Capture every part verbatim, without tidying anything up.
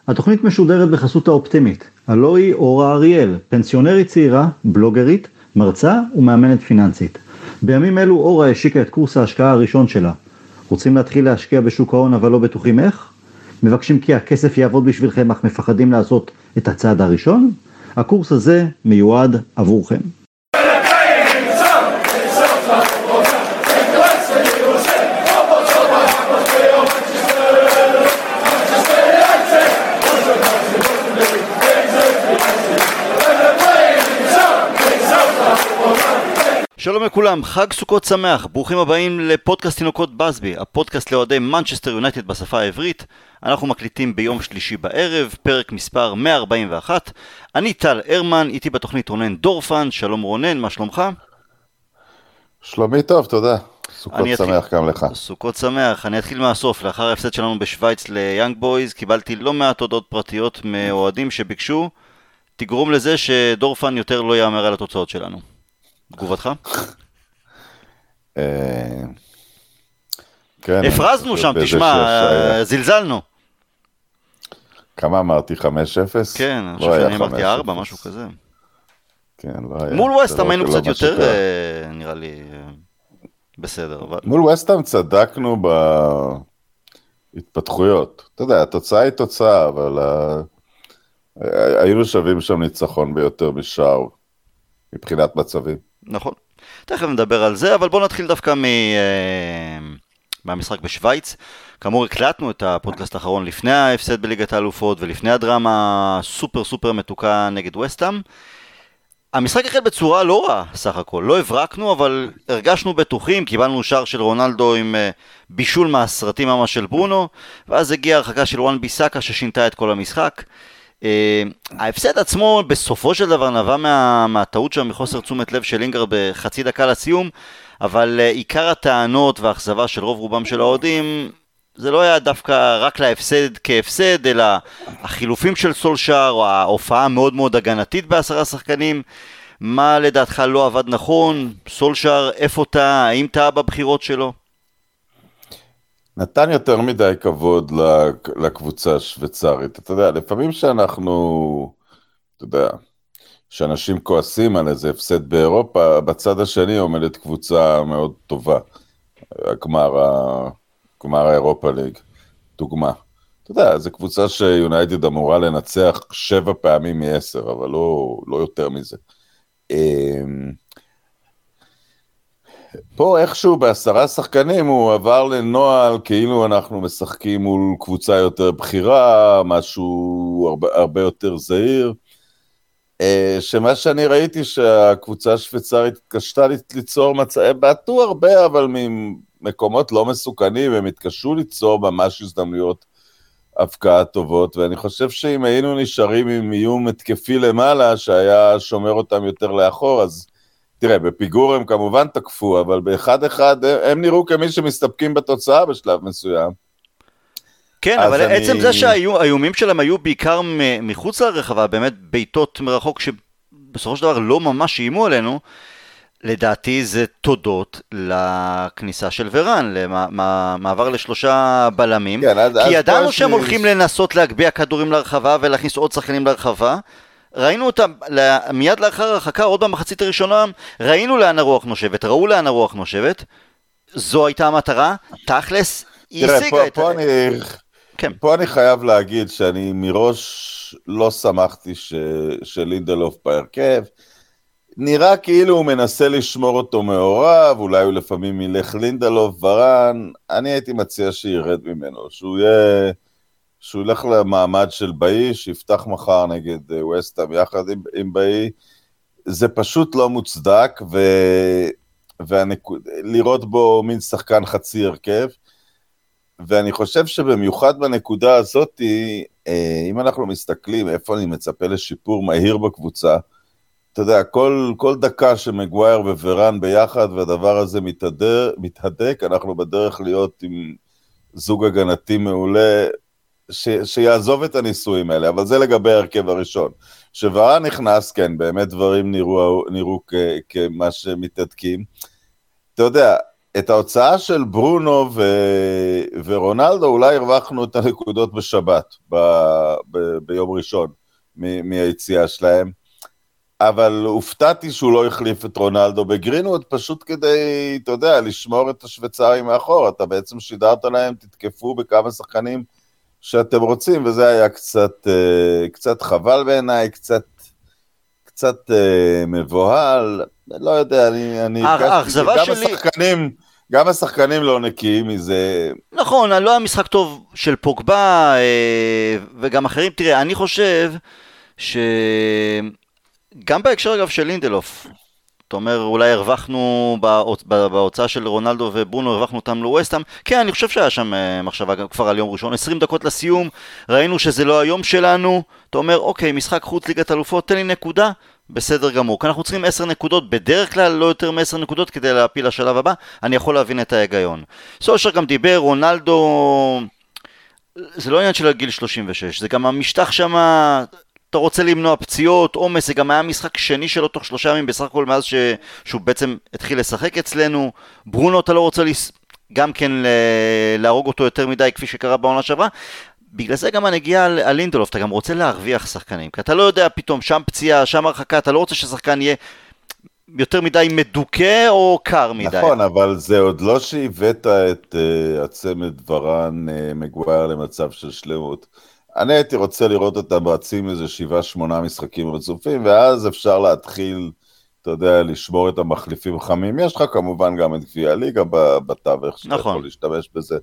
התוכנית משודרת בחסות האופטימית. הלוא היא אורה אריאל, פנסיונרית צעירה, בלוגרית, מרצה ומאמנת פיננסית. בימים אלו אורה השיקה את קורס ההשקעה הראשון שלה. רוצים להתחיל להשקיע בשוק ההון אבל לא בטוחים איך? מבקשים כי הכסף יעבוד בשבילכם אך מפחדים לעשות את הצעד הראשון? הקורס הזה מיועד עבורכם. שלום לכולם, חג סוכות שמח, ברוכים הבאים לפודקאסט תינוקות בסבי, הפודקאסט לאוהדי מנצ'סטר יונייטד בשפה העברית. אנחנו מקליטים ביום שלישי בערב, פרק מספר מאה ארבעים ואחת. אני טל הרמן, איתי בתוכנית רונן דורפן. שלום רונן, מה שלומך? שלומי טוב, תודה. סוכות שמח אתחיל... גם לך. סוכות שמח, אני אתחיל מהסוף. לאחר ההפסד שלנו בשוויץ ליאנג בויז, קיבלתי לא מעט הודעות פרטיות מאוהדים שביקשו, תגרום לזה שדורפן יותר לא יאמר על התוצאות שלנו. תגובתך? הפרזנו שם, תשמע, זלזלנו. כמה אמרתי? חמש אפס? כן, אני חושב שאני אמרתי ארבע, משהו כזה. כן, לא היה. מול ווסטהאם היינו קצת יותר, נראה לי, בסדר. מול ווסטהאם צדקנו בהתפתחויות. אתה יודע, התוצאה היא תוצאה, אבל היינו שווים שם ניצחון ביותר משער, מבחינת מצבים. נכון. תכף נדבר על זה, אבל בואו נתחיל דווקא מ... מהמשחק בשוויץ. כאמור, הקלטנו את הפודקאסט האחרון לפני ההפסד בליגת האלופות, ולפני הדרמה סופר סופר מתוקה נגד ווסטהאם. המשחק החל בצורה לא רעה, סך הכל. לא הברקנו, אבל הרגשנו בטוחים, קיבלנו שער של רונלדו עם בישול מהסרטים ממש של ברונו, ואז הגיעה הרחקה של וואן ביסאקה ששינתה את כל המשחק. ההפסד עצמו בסופו של דבר נבע מה, מהטעות שם מחוסר תשומת לב של לינגארד בחצי דקה לסיום, אבל עיקר הטענות והאכזבה של רוב רובם של האוהדים זה לא היה דווקא רק להפסד כהפסד, אלא החילופים של סולשר או ההופעה המאוד מאוד הגנתית בעשרה שחקנים. מה לדעתך לא עבד נכון? סולשר, איפה טעה? האם טעה בבחירות שלו? נתן יותר מדי כבוד לקבוצה השוויצרית. אתה יודע, לפעמים שאנחנו, אתה יודע, שאנשים כועסים על איזה הפסד באירופה, בצד השני עומדת קבוצה מאוד טובה. הגמר, הגמר האירופה ליג, דוגמה. אתה יודע, זו קבוצה שיונייטד אמורה לנצח שבע פעמים מעשר, אבל לא, לא יותר מזה. פה איכשהו בעשרה שחקנים הוא עבר לנועל כאילו אנחנו משחקים מול קבוצה יותר בחירה, משהו הרבה, הרבה יותר זהיר, שמה שאני ראיתי שהקבוצה השוויצרית התקשתה ליצור מצב, בעטו הרבה אבל ממקומות לא מסוכנים, הם התקשו ליצור ממש הזדמנויות הבקעה טובות, ואני חושב שאם היינו נשארים עם איום התקפי למעלה שהיה שומר אותם יותר לאחור, אז תראה, בפיגור הם כמובן תקפו, אבל באחד אחד הם נראו כמי שמסתפקים בתוצאה בשלב מסוים. כן, אבל אני... עצם זה שהאיומים שלהם היו בעיקר מחוץ לרחבה, באמת בעיטות מרחוק שבסופו של דבר לא ממש איימו עלינו, לדעתי זה תודות לכניסה של ורן, למעבר לשלושה בלמים, כן, אז, כי אז ידענו שהם ש... הולכים לנסות להגביע כדורים לרחבה ולהכניס עוד שחקנים לרחבה, ראינו אותם מיד לאחר הרחקה, עוד במחצית הראשונה, ראינו לאן הרוח נושבת, ראו לאן הרוח נושבת, זו הייתה המטרה, תכלס, היא השיגה את... פה, אני, כן. פה אני חייב להגיד שאני מראש לא שמחתי ש... שלינדלוף בהרכב, נראה כאילו הוא מנסה לשמור אותו מעורב, אולי הוא לפעמים ילך לינדלוף ורן, אני הייתי מציע שירד ממנו, שהוא יהיה... שהוא ילך למעמד של באי, שיפתח מחר נגד ווסטהאם יחד עם, עם באי, זה פשוט לא מוצדק, ו... ולראות בו מין שחקן חצי הרכב, ואני חושב שבמיוחד בנקודה הזאת, אם אנחנו מסתכלים איפה אני מצפה לשיפור מהיר בקבוצה, אתה יודע, כל, כל דקה שמגווייר וורן ביחד, והדבר הזה מתהדר, מתהדק, אנחנו בדרך להיות עם זוג הגנתי מעולה, ש, שיעזוב את הניסויים האלה, אבל זה לגבי הרכב הראשון. שוורן נכנס, כן, באמת דברים נראו, נראו כ, כמה שמתהדקים. אתה יודע, את ההוצאה של ברונו ו... ורונלדו, אולי הרווחנו את הנקודות בשבת, ב... ב... ביום ראשון, מ... מהיציאה שלהם, אבל הופתעתי שהוא לא החליף את רונלדו בגרינווד, פשוט כדי, אתה יודע, לשמור את השוויצרים מאחור, אתה בעצם שידרת להם, תתקפו בכמה שחקנים שאתם רוצים, וזה היה קצת, קצת חבל בעיניי, קצת, קצת מבוהל, לא יודע, אני, אני האכזבה גם שלי... השחקנים, גם השחקנים לא נקיים מזה. נכון, לא היה משחק טוב של פוגבה, וגם אחרים, תראה, אני חושב ש... גם בהקשר אגב של לינדלוף, אתה אומר אולי הרווחנו בהוצאה של רונלדו וברונו, הרווחנו אותם לווסטהאם, כן אני חושב שהיה שם מחשבה כבר על יום ראשון, עשרים דקות לסיום, ראינו שזה לא היום שלנו, אתה אומר אוקיי משחק חוץ ליגת אלופות, תן לי נקודה, בסדר גמור, כי אנחנו צריכים עשר נקודות, בדרך כלל לא יותר מ-עשר נקודות כדי להפיל לשלב הבא, אני יכול להבין את ההיגיון. סולשר גם דיבר, רונלדו, זה לא עניין של הגיל שלושים ושש, זה גם המשטח שמה... אתה רוצה למנוע פציעות, עומס, זה גם היה משחק שני שלו תוך שלושה ימים, בסך הכל מאז ש... שהוא בעצם התחיל לשחק אצלנו, ברונו אתה לא רוצה לס... גם כן ל... להרוג אותו יותר מדי כפי שקרה בעונה שעברה, בגלל זה גם הנגיעה על, על לינדלוף, אתה גם רוצה להרוויח שחקנים, כי אתה לא יודע פתאום שם פציעה, שם הרחקה, אתה לא רוצה ששחקן יהיה יותר מדי מדוכא או קר מדי. נכון, אבל זה עוד לא שהבאת את uh, הצמד ורן uh, מגווייר למצב של שלמות, אני הייתי רוצה לראות אותם רצים איזה שבעה, שמונה משחקים רצופים, ואז אפשר להתחיל, אתה יודע, לשמור את המחליפים חמים. יש לך כמובן גם את גביע הליגה בתווך, שאתה נכון. יכול להשתמש בזה.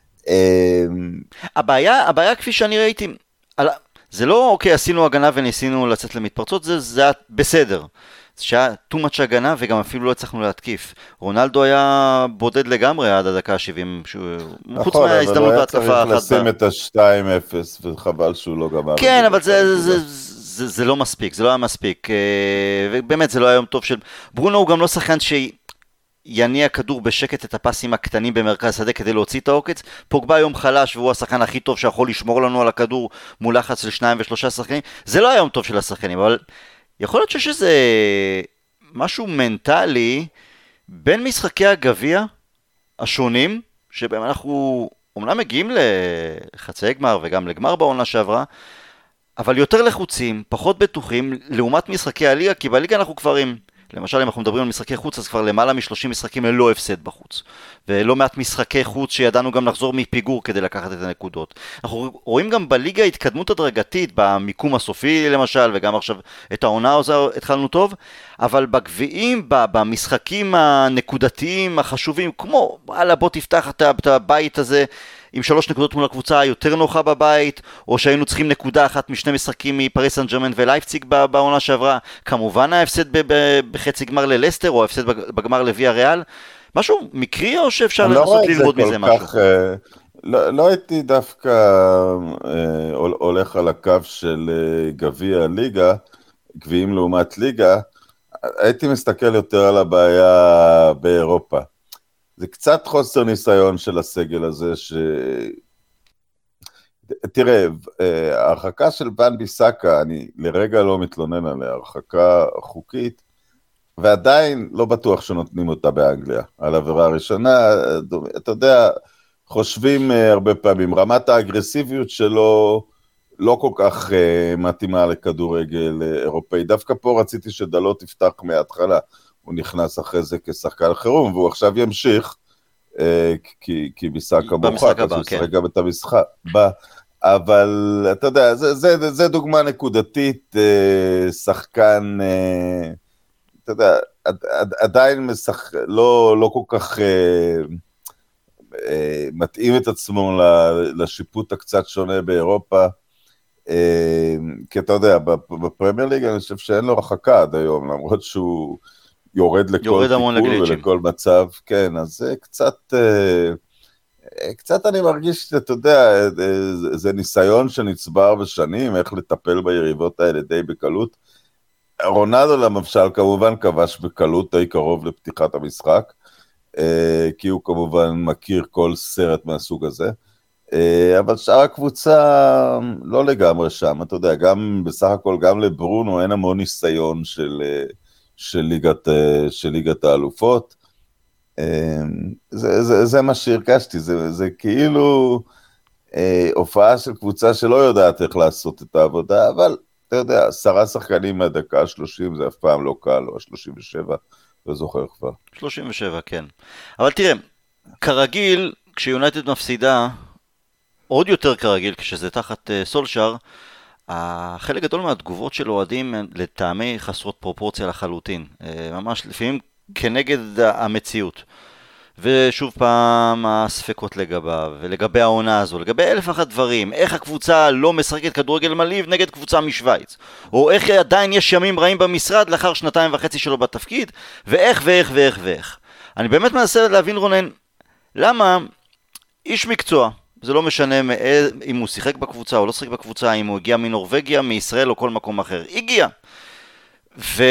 הבעיה, הבעיה כפי שאני ראיתי, זה לא, אוקיי, עשינו הגנה וניסינו לצאת למתפרצות, זה, זה היה בסדר. זה שהיה too much הגנה וגם אפילו לא הצלחנו להתקיף. רונלדו היה בודד לגמרי עד הדקה ה-שבעים, חוץ מההזדמנות בהתקפה אחת. נכון, אבל הוא היה צריך לשים את ה-שתיים אפס, וחבל שהוא לא גמר. כן, אבל זה, זה, זה, זה לא מספיק, זה לא היה מספיק. ובאמת זה לא היה יום טוב של... ברונו הוא גם לא שחקן שיניע כדור בשקט את הפסים הקטנים במרכז שדה כדי להוציא את העוקץ. פוגבה יום חלש והוא השחקן הכי טוב שיכול לשמור לנו על הכדור מול לחץ של שניים ושלושה שחקנים. זה לא היה יום טוב של השחקנים, אבל... יכול להיות שיש איזה משהו מנטלי בין משחקי הגביע השונים, שבהם אנחנו אומנם מגיעים לחצי גמר וגם לגמר בעונה שעברה, אבל יותר לחוצים, פחות בטוחים, לעומת משחקי הליגה, כי בליגה אנחנו כבר עם, למשל אם אנחנו מדברים על משחקי חוץ, אז כבר למעלה מ-שלושים משחקים ללא הפסד בחוץ, ולא מעט משחקי חוץ שידענו גם לחזור מפיגור כדי לקחת את הנקודות. אנחנו רואים גם בליגה התקדמות הדרגתית, במיקום הסופי למשל, וגם עכשיו את העונה הזו התחלנו טוב, אבל בגביעים, במשחקים הנקודתיים החשובים, כמו, הלאה בוא תפתח את הבית הזה, עם שלוש נקודות מול הקבוצה יותר נוחה בבית, או שהיינו צריכים נקודה אחת משני משחקים מפריס סן ז'רמן ולייפציג בעונה שעברה, כמובן ההפסד בחצי גמר ללסטר, או ההפסד בגמר לוויה ריאל, משהו מקרי או שאפשר לנסות ללמוד מזה משהו? כך, לא, לא הייתי דווקא אה, הולך על הקו של אה, גביע ליגה, גביעים לעומת ליגה, הייתי מסתכל יותר על הבעיה באירופה. זה קצת חוסר ניסיון של הסגל הזה, ש... תראה, ההרחקה של ון ביסאקה, אני לרגע לא מתלונן עליה, הרחקה חוקית, ועדיין לא בטוח שנותנים אותה באנגליה. על עבירה הראשונה, אתה יודע, חושבים הרבה פעמים, רמת האגרסיביות שלו לא כל כך מתאימה לכדורגל אירופאי. דווקא פה רציתי שדלות תפתח מההתחלה, הוא נכנס אחרי זה כשחקן חירום, והוא עכשיו ימשיך, כי, כי ביסאקה מורחק, אז הוא ישחק גם את המשחק. אבל אתה יודע, זה, זה, זה דוגמה נקודתית, שחקן, אתה יודע, עדיין משחק, לא, לא כל כך מתאים את עצמו לשיפוט הקצת שונה באירופה, כי אתה יודע, בפרמייר ליג אני חושב שאין לו רחקה עד היום, למרות שהוא יורד לכל טיפול ולכל מצב, כן, אז זה קצת, קצת אני מרגיש, אתה יודע, זה ניסיון שנצבר בשנים, איך לטפל ביריבות האלה די בקלות. רונלדו למשל כמובן כבש בקלות די קרוב לפתיחת המשחק, כי הוא כמובן מכיר כל סרט מהסוג הזה, אבל שאר הקבוצה לא לגמרי שם, אתה יודע, גם בסך הכל, גם לברונו אין המון ניסיון של, של ליגת, של ליגת האלופות, זה, זה, זה מה שהרגשתי, זה, זה כאילו אה, הופעה של קבוצה שלא יודעת איך לעשות את העבודה, אבל אתה יודע, עשרה שחקנים מהדקה ה-שלושים, זה אף פעם לא קל, או ה-שלושים ושבע, לא זוכר כבר. שלושים ושבע, כן. אבל תראה, כרגיל, כשיונייטד מפסידה, עוד יותר כרגיל, כשזה תחת uh, סולשר, החלק גדול מהתגובות של אוהדים לטעמי חסרות פרופורציה לחלוטין. Uh, ממש לפעמים כנגד המציאות. ושוב פעם הספקות לגביו, ולגבי העונה הזו, לגבי אלף אחת דברים, איך הקבוצה לא משחקת כדורגל מלהיב נגד קבוצה משוויץ, או איך עדיין יש ימים רעים במשרד לאחר שנתיים וחצי שלו בתפקיד, ואיך ואיך ואיך ואיך. אני באמת מנסה להבין, רונן, למה איש מקצוע, זה לא משנה אם הוא שיחק בקבוצה או לא שיחק בקבוצה, אם הוא הגיע מנורווגיה, מישראל או כל מקום אחר, הגיע. ו...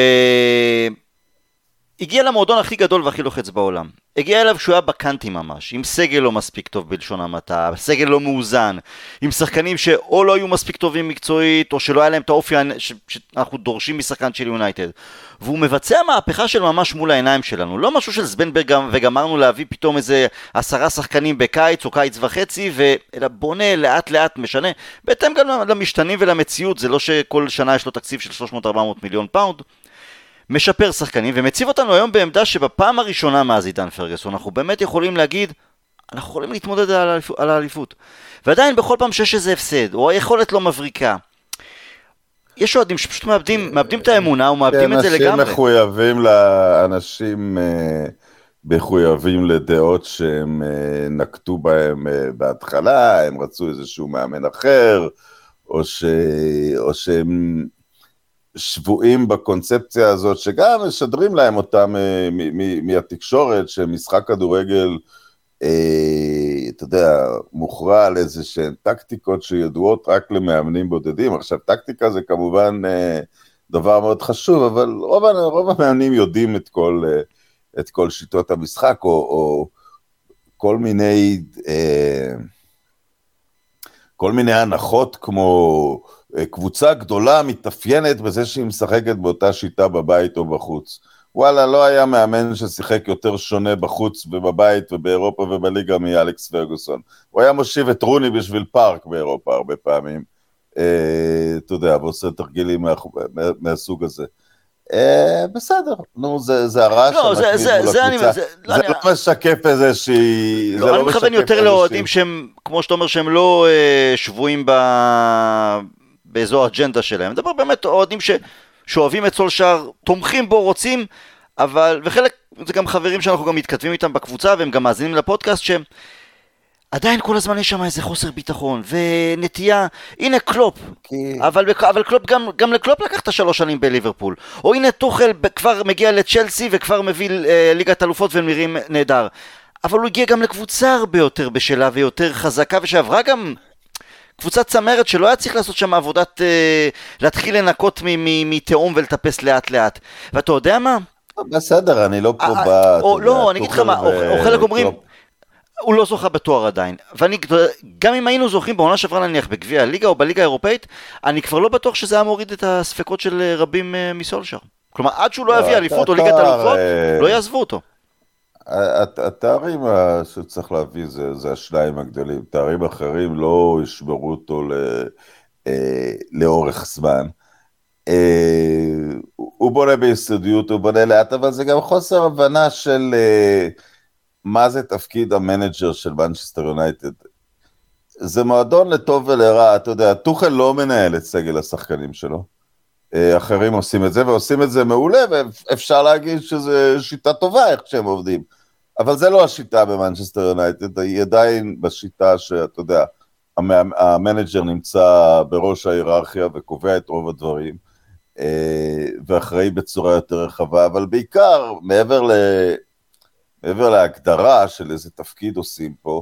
הגיע למועדון הכי גדול והכי לוחץ בעולם. הגיע אליו שהוא היה בקנטי ממש, עם סגל לא מספיק טוב בלשון המעטה, סגל לא מאוזן, עם שחקנים שאו לא היו מספיק טובים מקצועית, או שלא היה להם את האופי שאנחנו דורשים משחקן של יונייטד. והוא מבצע מהפכה של ממש מול העיניים שלנו, לא משהו של זבנברג וגמרנו להביא פתאום איזה עשרה שחקנים בקיץ או קיץ וחצי, אלא בונה לאט לאט משנה, בהתאם גם למשתנים ולמציאות, זה לא שכל שנה יש לו תקציב של שלוש מאות עד ארבע מאות מיליון פאונד, משפר שחקנים ומציב אותנו היום בעמדה שבפעם הראשונה מאז עידן פרגוסון אנחנו באמת יכולים להגיד, אנחנו יכולים להתמודד על האליפות. ועדיין בכל פעם שיש איזה הפסד, או היכולת לא מבריקה, יש אוהדים שפשוט מאבדים, מאבדים את האמונה ומאבדים את זה לגמרי. אנשים מחויבים לאנשים מחויבים לדעות שהם נקטו בהם בהתחלה, הם רצו איזשהו מאמן אחר, או ש... או שהם שבועים בקונספציה הזאת, שגם משדרים להם אותם מהתקשורת, שמשחק כדורגל, אתה יודע, מוכרע על איזה שהן טקטיקות שידועות רק למאמנים בודדים. עכשיו, טקטיקה זה כמובן דבר מאוד חשוב, אבל רוב, רוב המאמנים יודעים את כל, את כל שיטות המשחק, או, או כל מיני, כל מיני הנחות כמו קבוצה גדולה מתאפיינת בזה שהיא משחקת באותה שיטה בבית או בחוץ. וואלה, לא היה מאמן ששיחק יותר שונה בחוץ ובבית ובאירופה ובליגה מאלכס פרגוסון. הוא היה מושיב את רוני בשביל פארק באירופה הרבה פעמים. אה, אתה יודע, ועושה תרגילים מה, מה, מהסוג הזה. אה, בסדר, נו, זה, זה הרעש לא, זה, זה, זה, אני, זה, זה לא, לא אני... משקף איזושהי... לא, אני לא מכוון יותר לאוהדים שהם, כמו שאתה אומר, שהם לא אה, שבועים ב... באזור האג'נדה שלהם. דבר באמת אוהדים ש... שאוהבים את סולשר, תומכים בו, רוצים, אבל, וחלק, זה גם חברים שאנחנו גם מתכתבים איתם בקבוצה, והם גם מאזינים לפודקאסט, שהם עדיין כל הזמן יש שם איזה חוסר ביטחון, ונטייה, הנה קלופ, okay. אבל, אבל קלופ, גם, גם לקלופ לקחת שלוש שנים בליברפול, או הנה טוחל כבר מגיע לצ'לסי, וכבר מביא אה, ליגת אלופות ונראים נהדר, אבל הוא הגיע גם לקבוצה הרבה יותר בשלה, ויותר חזקה, ושעברה גם קבוצת צמרת שלא היה צריך לעשות שם עבודת, אה, להתחיל לנקות מתאום ולטפס לאט לאט. ואתה יודע מה? בסדר, אני לא פה 아, ב... או לא, אני אגיד לך מה, ו... או חלק אומרים, הוא לא זוכה בתואר עדיין. ואני, גם אם היינו זוכים בעונה שעברה נניח בגביע הליגה או בליגה האירופאית, אני כבר לא בטוח שזה היה מוריד את הספקות של רבים אה, מסולשר. כלומר, עד שהוא לא יביא אליפות או ליגת אלופות, לא יעזבו אותו. התארים שצריך להביא זה, זה השניים הגדולים, תארים אחרים לא ישמרו אותו ל, אה, לאורך זמן, אה, הוא בונה ביסודיות, הוא בונה לאט, אבל זה גם חוסר הבנה של אה, מה זה תפקיד המנג'ר של מנצ'סטר יונייטד. זה מועדון לטוב ולרע, אתה יודע, טוחל לא מנהל את סגל השחקנים שלו, אה, אחרים עושים את זה, ועושים את זה מעולה, ואפשר להגיד שזה שיטה טובה איך שהם עובדים. אבל זה לא השיטה במנצ'סטר יונייטד, היא עדיין בשיטה שאתה יודע, המנג'ר נמצא בראש ההיררכיה וקובע את רוב הדברים, ואחראי בצורה יותר רחבה, אבל בעיקר, מעבר, ל... מעבר להגדרה של איזה תפקיד עושים פה,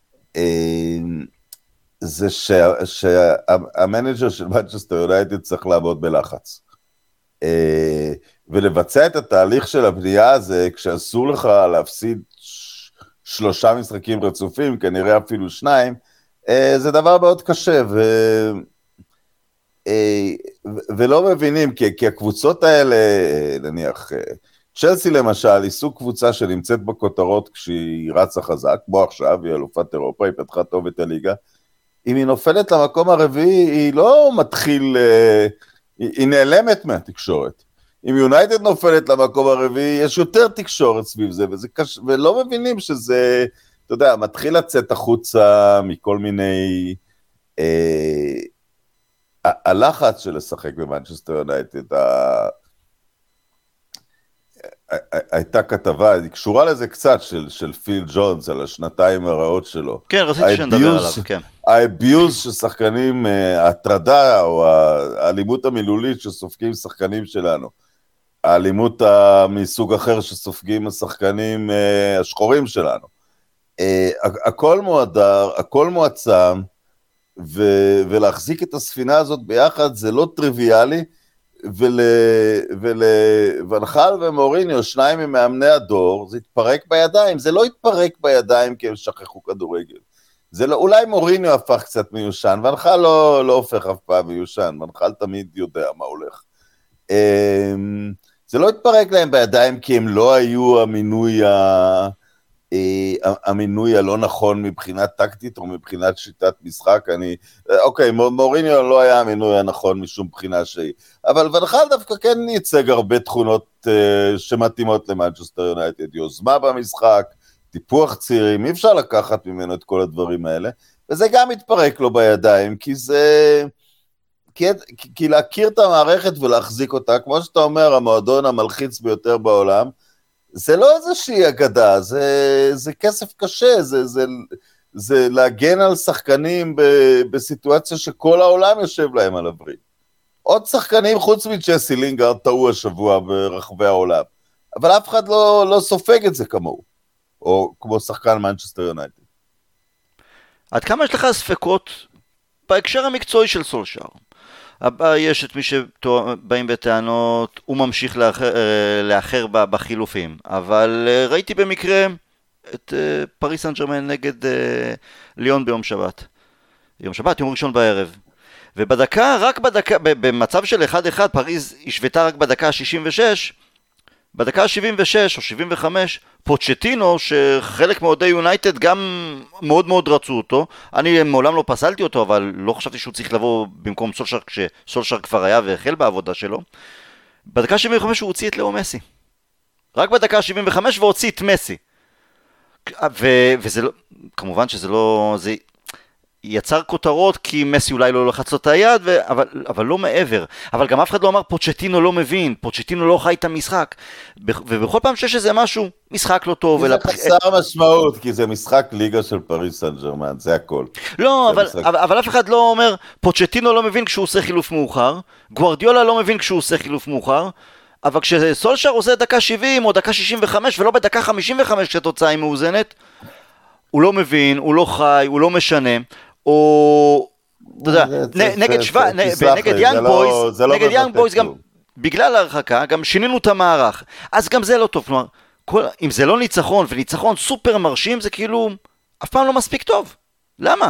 זה שה... שהמנג'ר של מנצ'סטר יונייטד צריך לעמוד בלחץ. ולבצע את התהליך של הבנייה הזה, כשאסור לך להפסיד שלושה משחקים רצופים, כנראה אפילו שניים, זה דבר מאוד קשה, ו... ולא מבינים, כי, כי הקבוצות האלה, נניח, צ'לסי למשל, היא סוג קבוצה שנמצאת בכותרות כשהיא רצה חזק, כמו עכשיו, היא אלופת אירופה, היא פתחה טוב את הליגה, אם היא נופלת למקום הרביעי, היא לא מתחיל, היא, היא נעלמת מהתקשורת. אם יונייטד נופלת למקום הרביעי, יש יותר תקשורת סביב זה, וזה קש... ולא מבינים שזה, אתה יודע, מתחיל לצאת החוצה מכל מיני, אה, הלחץ של לשחק במנצ'סטר יונייטד, ה... הייתה כתבה, היא קשורה לזה קצת, של, של פיל ג'ונס, על השנתיים הרעות שלו. כן, רציתי שנדבר עליו, כן. האביוז של שחקנים, ההטרדה או האלימות המילולית שסופגים שחקנים שלנו, האלימות מסוג אחר שסופגים השחקנים השחורים שלנו. הכל מועדר, הכל מועצם, ו- ולהחזיק את הספינה הזאת ביחד זה לא טריוויאלי, ול... ול... ונחל ומוריניו, שניים ממאמני הדור, זה התפרק בידיים, זה לא התפרק בידיים כי הם שכחו כדורגל. זה לא, אולי מוריניו הפך קצת מיושן, ונחל לא, לא הופך אף פעם מיושן, ונחל תמיד יודע מה הולך. זה לא התפרק להם בידיים כי הם לא היו המינוי ה... המינוי הלא נכון מבחינת טקטית או מבחינת שיטת משחק, אני, אוקיי, מוריניו לא היה המינוי הנכון משום בחינה שהיא, אבל ונחל דווקא כן ייצג הרבה תכונות uh, שמתאימות למנצ'סטר יונייטד, יוזמה במשחק, טיפוח צעירים, אי אפשר לקחת ממנו את כל הדברים האלה, וזה גם מתפרק לו בידיים, כי זה, כי, כי להכיר את המערכת ולהחזיק אותה, כמו שאתה אומר, המועדון המלחיץ ביותר בעולם, זה לא איזושהי אגדה, זה, זה כסף קשה, זה, זה, זה להגן על שחקנים ב, בסיטואציה שכל העולם יושב להם על הברית. עוד שחקנים חוץ מג'סי לינגארד טעו השבוע ברחבי העולם, אבל אף אחד לא, לא סופג את זה כמוהו, או כמו שחקן מנצ'סטר יונייטד. עד כמה יש לך ספקות בהקשר המקצועי של סולשר? הבא יש את מי שבאים בטענות, הוא ממשיך לאחר, לאחר בחילופים, אבל ראיתי במקרה את פריס סן ז'רמן נגד ליון ביום שבת. יום שבת, יום ראשון בערב. ובדקה, רק בדקה, במצב של אחד אחד, פריז השוותה רק בדקה ה-שישים ושש, בדקה ה-שבעים ושש או שבעים וחמש, פוצ'טינו, שחלק מאוהדי יונייטד גם מאוד מאוד רצו אותו, אני מעולם לא פסלתי אותו, אבל לא חשבתי שהוא צריך לבוא במקום סולשר, כשסולשר כבר היה והחל בעבודה שלו, בדקה ה-שבעים וחמש הוא הוציא את לאו מסי. רק בדקה ה-שבעים וחמש והוציא את מסי. ו- וזה לא, כמובן שזה לא, זה יצר כותרות כי מסי אולי לא לחץ לו את היד, ו- אבל, אבל לא מעבר. אבל גם אף אחד לא אמר פוצ'טינו לא מבין, פוצ'טינו לא חי את המשחק. ב- ובכל פעם שיש איזה משהו, משחק לא טוב. כי זה חסר משמעות, כי זה משחק ליגה של פריס סן ז'רמן, זה הכל. לא, אבל, משחק... אבל, אבל אף אחד לא אומר, פוצ'טינו לא מבין כשהוא עושה חילוף מאוחר, גוארדיולה לא מבין כשהוא עושה חילוף מאוחר, אבל כשסולשר עושה דקה שבעים או דקה שישים וחמש ולא בדקה חמישים וחמש כשהתוצאה היא מאוזנת, הוא לא מבין, הוא לא חי, הוא לא משנה. או, אתה יודע, נגד שווה, נגד יאנג בויז, נגד יאנג בויז גם, בגלל ההרחקה, גם שינינו את המערך, אז גם זה לא טוב, כלומר, אם זה לא ניצחון, וניצחון סופר מרשים, זה כאילו, אף פעם לא מספיק טוב, למה?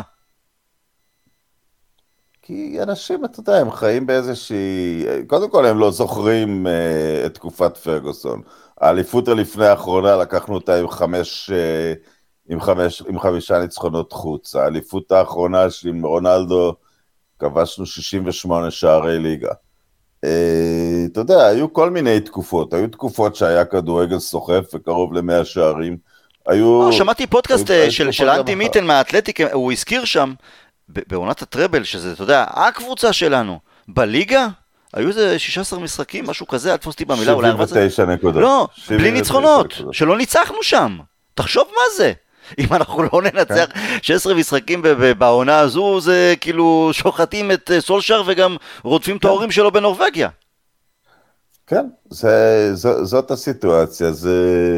כי אנשים, אתה יודע, הם חיים באיזושהי, קודם כל הם לא זוכרים את תקופת פרגוסון, האליפות הלפני האחרונה, לקחנו אותה עם חמש... עם, חמש, עם חמישה ניצחונות חוץ, האליפות האחרונה שעם רונלדו כבשנו שישים ושמונה שערי ליגה. אה, אתה יודע, היו כל מיני תקופות, היו תקופות שהיה כדורגל סוחף וקרוב למאה שערים, היו... שמעתי פודקאסט היו, של, של אנטי מיטן מהאתלטיק, הוא הזכיר שם, בעונת הטראבל, שזה, אתה יודע, הקבוצה שלנו, בליגה, היו איזה שישה עשר משחקים, משהו כזה, אל תפוס אותי במילה, אולי שבעים ותשע נקודות. לא, בלי ניצחונות, שלא ניצחנו שם, תחשוב מה זה. אם אנחנו לא ננצח שש עשרה משחקים בעונה הזו, זה כאילו שוחטים את סולשר וגם רודפים את ההורים שלו בנורווגיה. כן, זה, זו, זאת הסיטואציה. זה...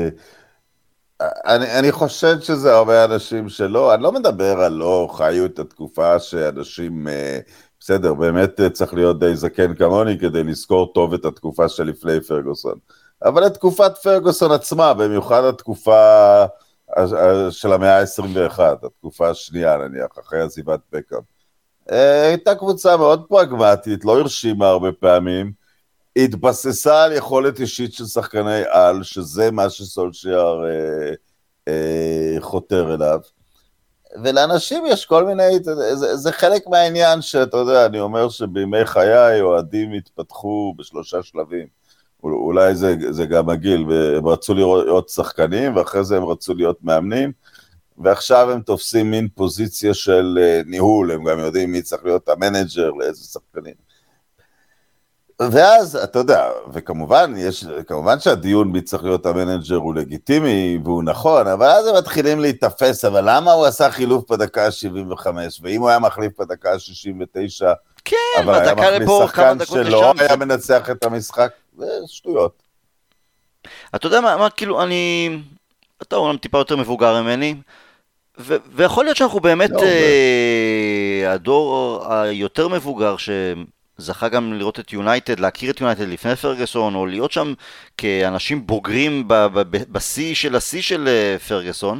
אני, אני חושב שזה הרבה אנשים שלא, אני לא מדבר על לא חיו את התקופה שאנשים, בסדר, באמת צריך להיות די זקן כמוני כדי לזכור טוב את התקופה שלפני פרגוסון. אבל את תקופת פרגוסון עצמה, במיוחד התקופה... של המאה ה-עשרים ואחת, התקופה השנייה נניח, אחרי עזיבת בקאם. הייתה קבוצה מאוד פרגמטית, לא הרשימה הרבה פעמים, התבססה על יכולת אישית של שחקני על, שזה מה שסולשייר אה, אה, חותר אליו. ולאנשים יש כל מיני, זה, זה חלק מהעניין שאתה יודע, אני אומר שבימי חיי אוהדים התפתחו בשלושה שלבים. אולי זה, זה גם הגיל, והם רצו להיות שחקנים, ואחרי זה הם רצו להיות מאמנים, ועכשיו הם תופסים מין פוזיציה של ניהול, הם גם יודעים מי צריך להיות המנג'ר לאיזה שחקנים. ואז, אתה יודע, וכמובן, יש, כמובן שהדיון מי צריך להיות המנג'ר הוא לגיטימי, והוא נכון, אבל אז הם מתחילים להתאפס, אבל למה הוא עשה חילוף בדקה ה-שבעים וחמש, ואם הוא היה מחליף בדקה ה-שישים ותשע, כן, אבל היה בדקה לפה, מכניס כמה שחקן דקות שלא לשם. היה זה... מנצח את המשחק, זה שטויות. אתה יודע מה, מה כאילו, אני... אתה אומנם טיפה יותר מבוגר ממני, ו- ויכול להיות שאנחנו באמת לא, אה, הדור היותר מבוגר שזכה גם לראות את יונייטד, להכיר את יונייטד לפני פרגסון, או להיות שם כאנשים בוגרים ב- ב- ב- בשיא של השיא של אה, פרגסון.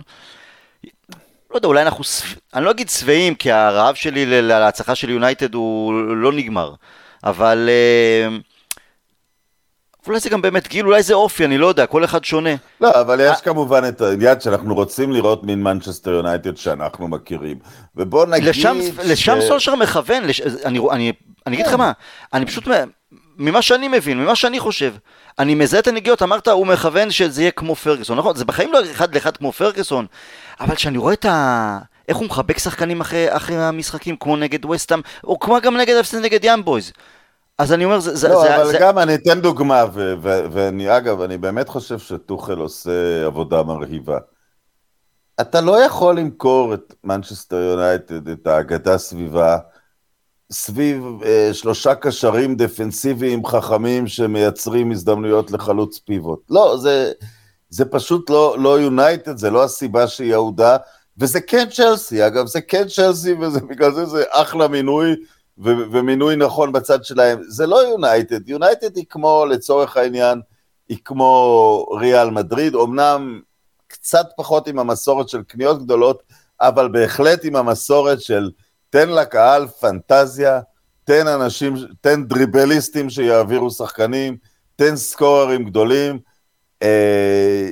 לא יודע, אולי אנחנו, אני לא אגיד צבעים, כי הרעב שלי ל- להצלחה של יונייטד הוא לא נגמר, אבל... אה, אולי זה גם באמת גיל, אולי זה אופי, אני לא יודע, כל אחד שונה. לא, אבל יש כמובן את העניין שאנחנו רוצים לראות מין מנצ'סטר יונייטד שאנחנו מכירים. ובוא נגיד... לשם, לשם סולשר מכוון, לש... אני, אני, אני אגיד לך מה, אני פשוט, ממה שאני מבין, ממה שאני חושב, אני מזהה את הנגיעות, אמרת, הוא מכוון שזה יהיה כמו פרגסון, נכון? זה בחיים לא אחד לאחד כמו פרגסון, אבל כשאני רואה את ה... איך הוא מחבק שחקנים אחרי, אחרי המשחקים, כמו נגד ווסטהאם, או כמו גם נגד אפסן נגד יאנג בויז. אז אני אומר, זה... לא, זה, אבל זה... גם אני אתן דוגמה, ו- ו- ואני, אגב, אני באמת חושב שטוחל עושה עבודה מרהיבה. אתה לא יכול למכור את מנצ'סטר יונייטד, את האגדה סביבה, סביב אה, שלושה קשרים דפנסיביים חכמים שמייצרים הזדמנויות לחלוץ פיבוט. לא, זה, זה פשוט לא, לא יונייטד, זה לא הסיבה שהיא יהודה, וזה כן צ'לסי, אגב, זה כן צ'לסי, ובגלל זה זה אחלה מינוי, ו- ומינוי נכון בצד שלהם. זה לא יונייטד, יונייטד היא כמו, לצורך העניין, היא כמו ריאל מדריד, אמנם קצת פחות עם המסורת של קניות גדולות, אבל בהחלט עם המסורת של תן לקהל פנטזיה, תן אנשים, תן דריבליסטים שיעבירו שחקנים, תן סקוררים גדולים, אה,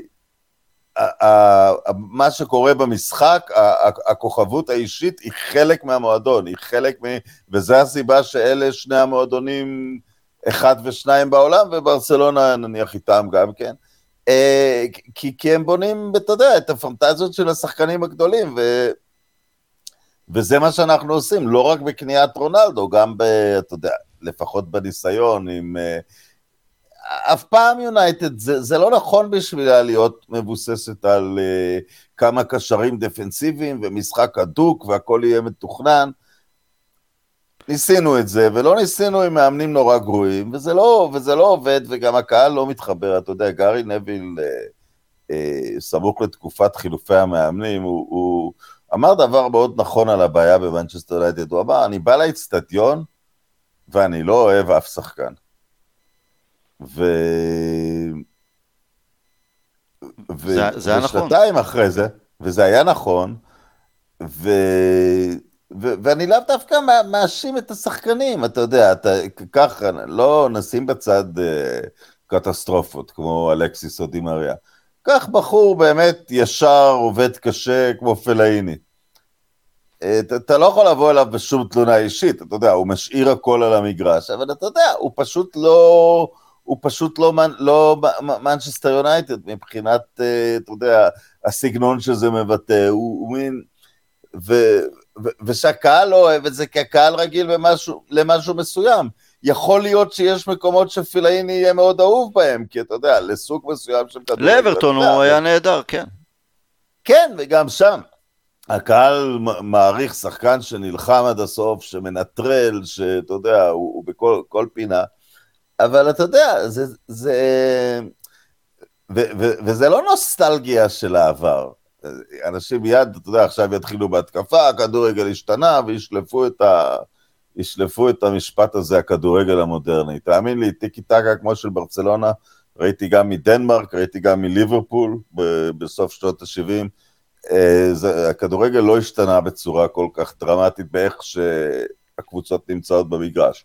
מה שקורה במשחק, הכוכבות האישית היא חלק מהמועדון, היא חלק מ... וזה הסיבה שאלה שני המועדונים, אחד ושניים בעולם, וברצלונה נניח איתם גם כן, כי, כי הם בונים, אתה יודע, את הפנטזיות של השחקנים הגדולים, ו... וזה מה שאנחנו עושים, לא רק בקניית רונלדו, גם ב... אתה יודע, לפחות בניסיון, עם... אף פעם יונייטד, זה, זה לא נכון בשבילה להיות מבוססת על uh, כמה קשרים דפנסיביים ומשחק הדוק והכל יהיה מתוכנן. ניסינו את זה, ולא ניסינו עם מאמנים נורא גרועים, וזה לא, וזה לא עובד, וגם הקהל לא מתחבר. אתה יודע, גארי נביל, uh, uh, סמוך לתקופת חילופי המאמנים, הוא, הוא אמר דבר מאוד נכון על הבעיה במנצ'סטר יונייטד. הוא אמר, אני בא לאצטדיון, ואני לא אוהב אף שחקן. ו... ו... זה, זה ושנתיים נכון. אחרי זה, וזה היה נכון, ו... ו... ואני לאו דווקא מאשים את השחקנים, אתה יודע, אתה... ככה, לא נשים בצד uh, קטסטרופות, כמו אלכסיס או דימריה. כך בחור באמת ישר, עובד קשה, כמו פלאיני. אתה, אתה לא יכול לבוא אליו בשום תלונה אישית, אתה יודע, הוא משאיר הכל על המגרש, אבל אתה יודע, הוא פשוט לא... הוא פשוט לא, לא מנצ'סטר יונייטד, מבחינת, אתה יודע, הסגנון שזה מבטא, הוא, הוא מין, ו, ו, ושהקהל לא אוהב את זה, כי הקהל רגיל במשהו, למשהו מסוים. יכול להיות שיש מקומות שפילאיני יהיה מאוד אהוב בהם, כי אתה יודע, לסוג מסוים של כדורגל. לאברטון הוא היה נהדר, כן. כן, וגם שם. הקהל מעריך שחקן שנלחם עד הסוף, שמנטרל, שאתה יודע, הוא, הוא בכל כל פינה, אבל אתה יודע, זה, זה, ו, ו, וזה לא נוסטלגיה של העבר. אנשים מיד, אתה יודע, עכשיו יתחילו בהתקפה, הכדורגל השתנה, וישלפו את, ה, ישלפו את המשפט הזה, הכדורגל המודרני. תאמין לי, טיקי טקה כמו של ברצלונה, ראיתי גם מדנמרק, ראיתי גם מליברפול, ב, בסוף שנות ה-שבעים, זה, הכדורגל לא השתנה בצורה כל כך דרמטית, באיך שהקבוצות נמצאות במגרש.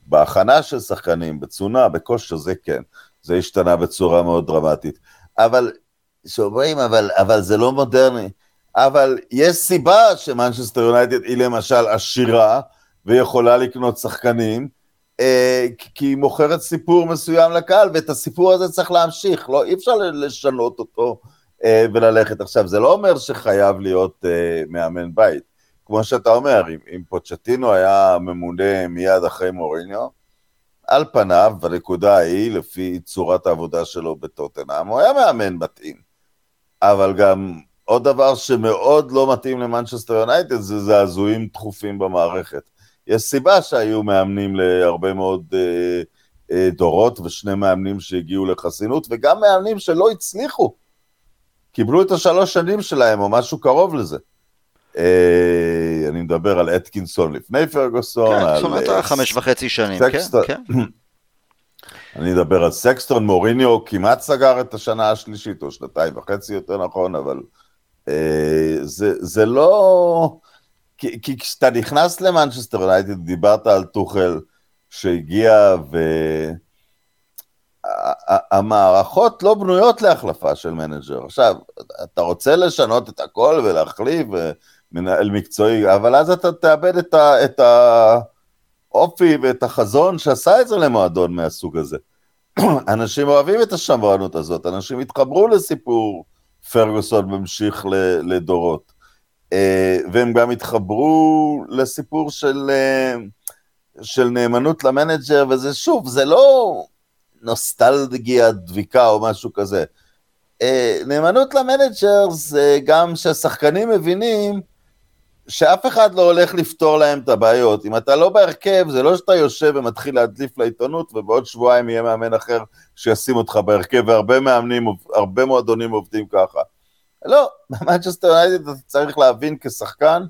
בהכנה של שחקנים, בצונה, בכושר, זה כן, זה השתנה בצורה מאוד דרמטית, אבל, שאומרים, אבל, אבל זה לא מודרני, אבל יש סיבה שמנצ'סטר יונייטד היא למשל עשירה, ויכולה לקנות שחקנים, כי היא מוכרת סיפור מסוים לקהל, ואת הסיפור הזה צריך להמשיך, לא, אי אפשר לשנות אותו וללכת. עכשיו, זה לא אומר שחייב להיות מאמן בית, כמו שאתה אומר, אם, אם פוצ'טינו היה ממונה מיד אחרי מוריניו, על פניו, בנקודה ההיא, לפי צורת העבודה שלו בטוטנהאם, הוא היה מאמן מתאים, אבל גם עוד דבר שמאוד לא מתאים למנצ'סטר יונייטד, זה זעזועים דחופים במערכת. יש סיבה שהיו מאמנים להרבה מאוד אה, אה, דורות, ושני מאמנים שהגיעו לחסינות, וגם מאמנים שלא הצליחו, קיבלו את השלוש שנים שלהם, או משהו קרוב לזה. אה, אני מדבר על אתקינסון לפני פרגוסון, כן, על... אתקינסון הייתה חמש וחצי שנים, סקסטון, כן, כן. אני מדבר על סקסטון, מוריניו כמעט סגר את השנה השלישית, או שנתיים וחצי יותר נכון, אבל אה, זה, זה לא... כי, כי כשאתה נכנס למנצ'סטר יונייטד, דיברת על טוחל שהגיע, והמערכות לא בנויות להחלפה של מנג'ר. עכשיו, אתה רוצה לשנות את הכל ולהחליף מנהל מקצועי, אבל אז אתה תאבד את, ה, את האופי ואת החזון שעשה את זה למועדון מהסוג הזה. אנשים אוהבים את השמרנות הזאת, אנשים התחברו לסיפור פרגוסון ממשיך לדורות. והם גם התחברו לסיפור של, של נאמנות למנג'ר, וזה שוב, זה לא נוסטלגיה דביקה או משהו כזה. נאמנות למנג'ר זה גם שהשחקנים מבינים שאף אחד לא הולך לפתור להם את הבעיות. אם אתה לא בהרכב, זה לא שאתה יושב ומתחיל להדליף לעיתונות, ובעוד שבועיים יהיה מאמן אחר שישים אותך בהרכב, והרבה מאמנים, הרבה מועדונים עובדים ככה. לא, במנצ'סטר יונייטד אתה צריך להבין כשחקן,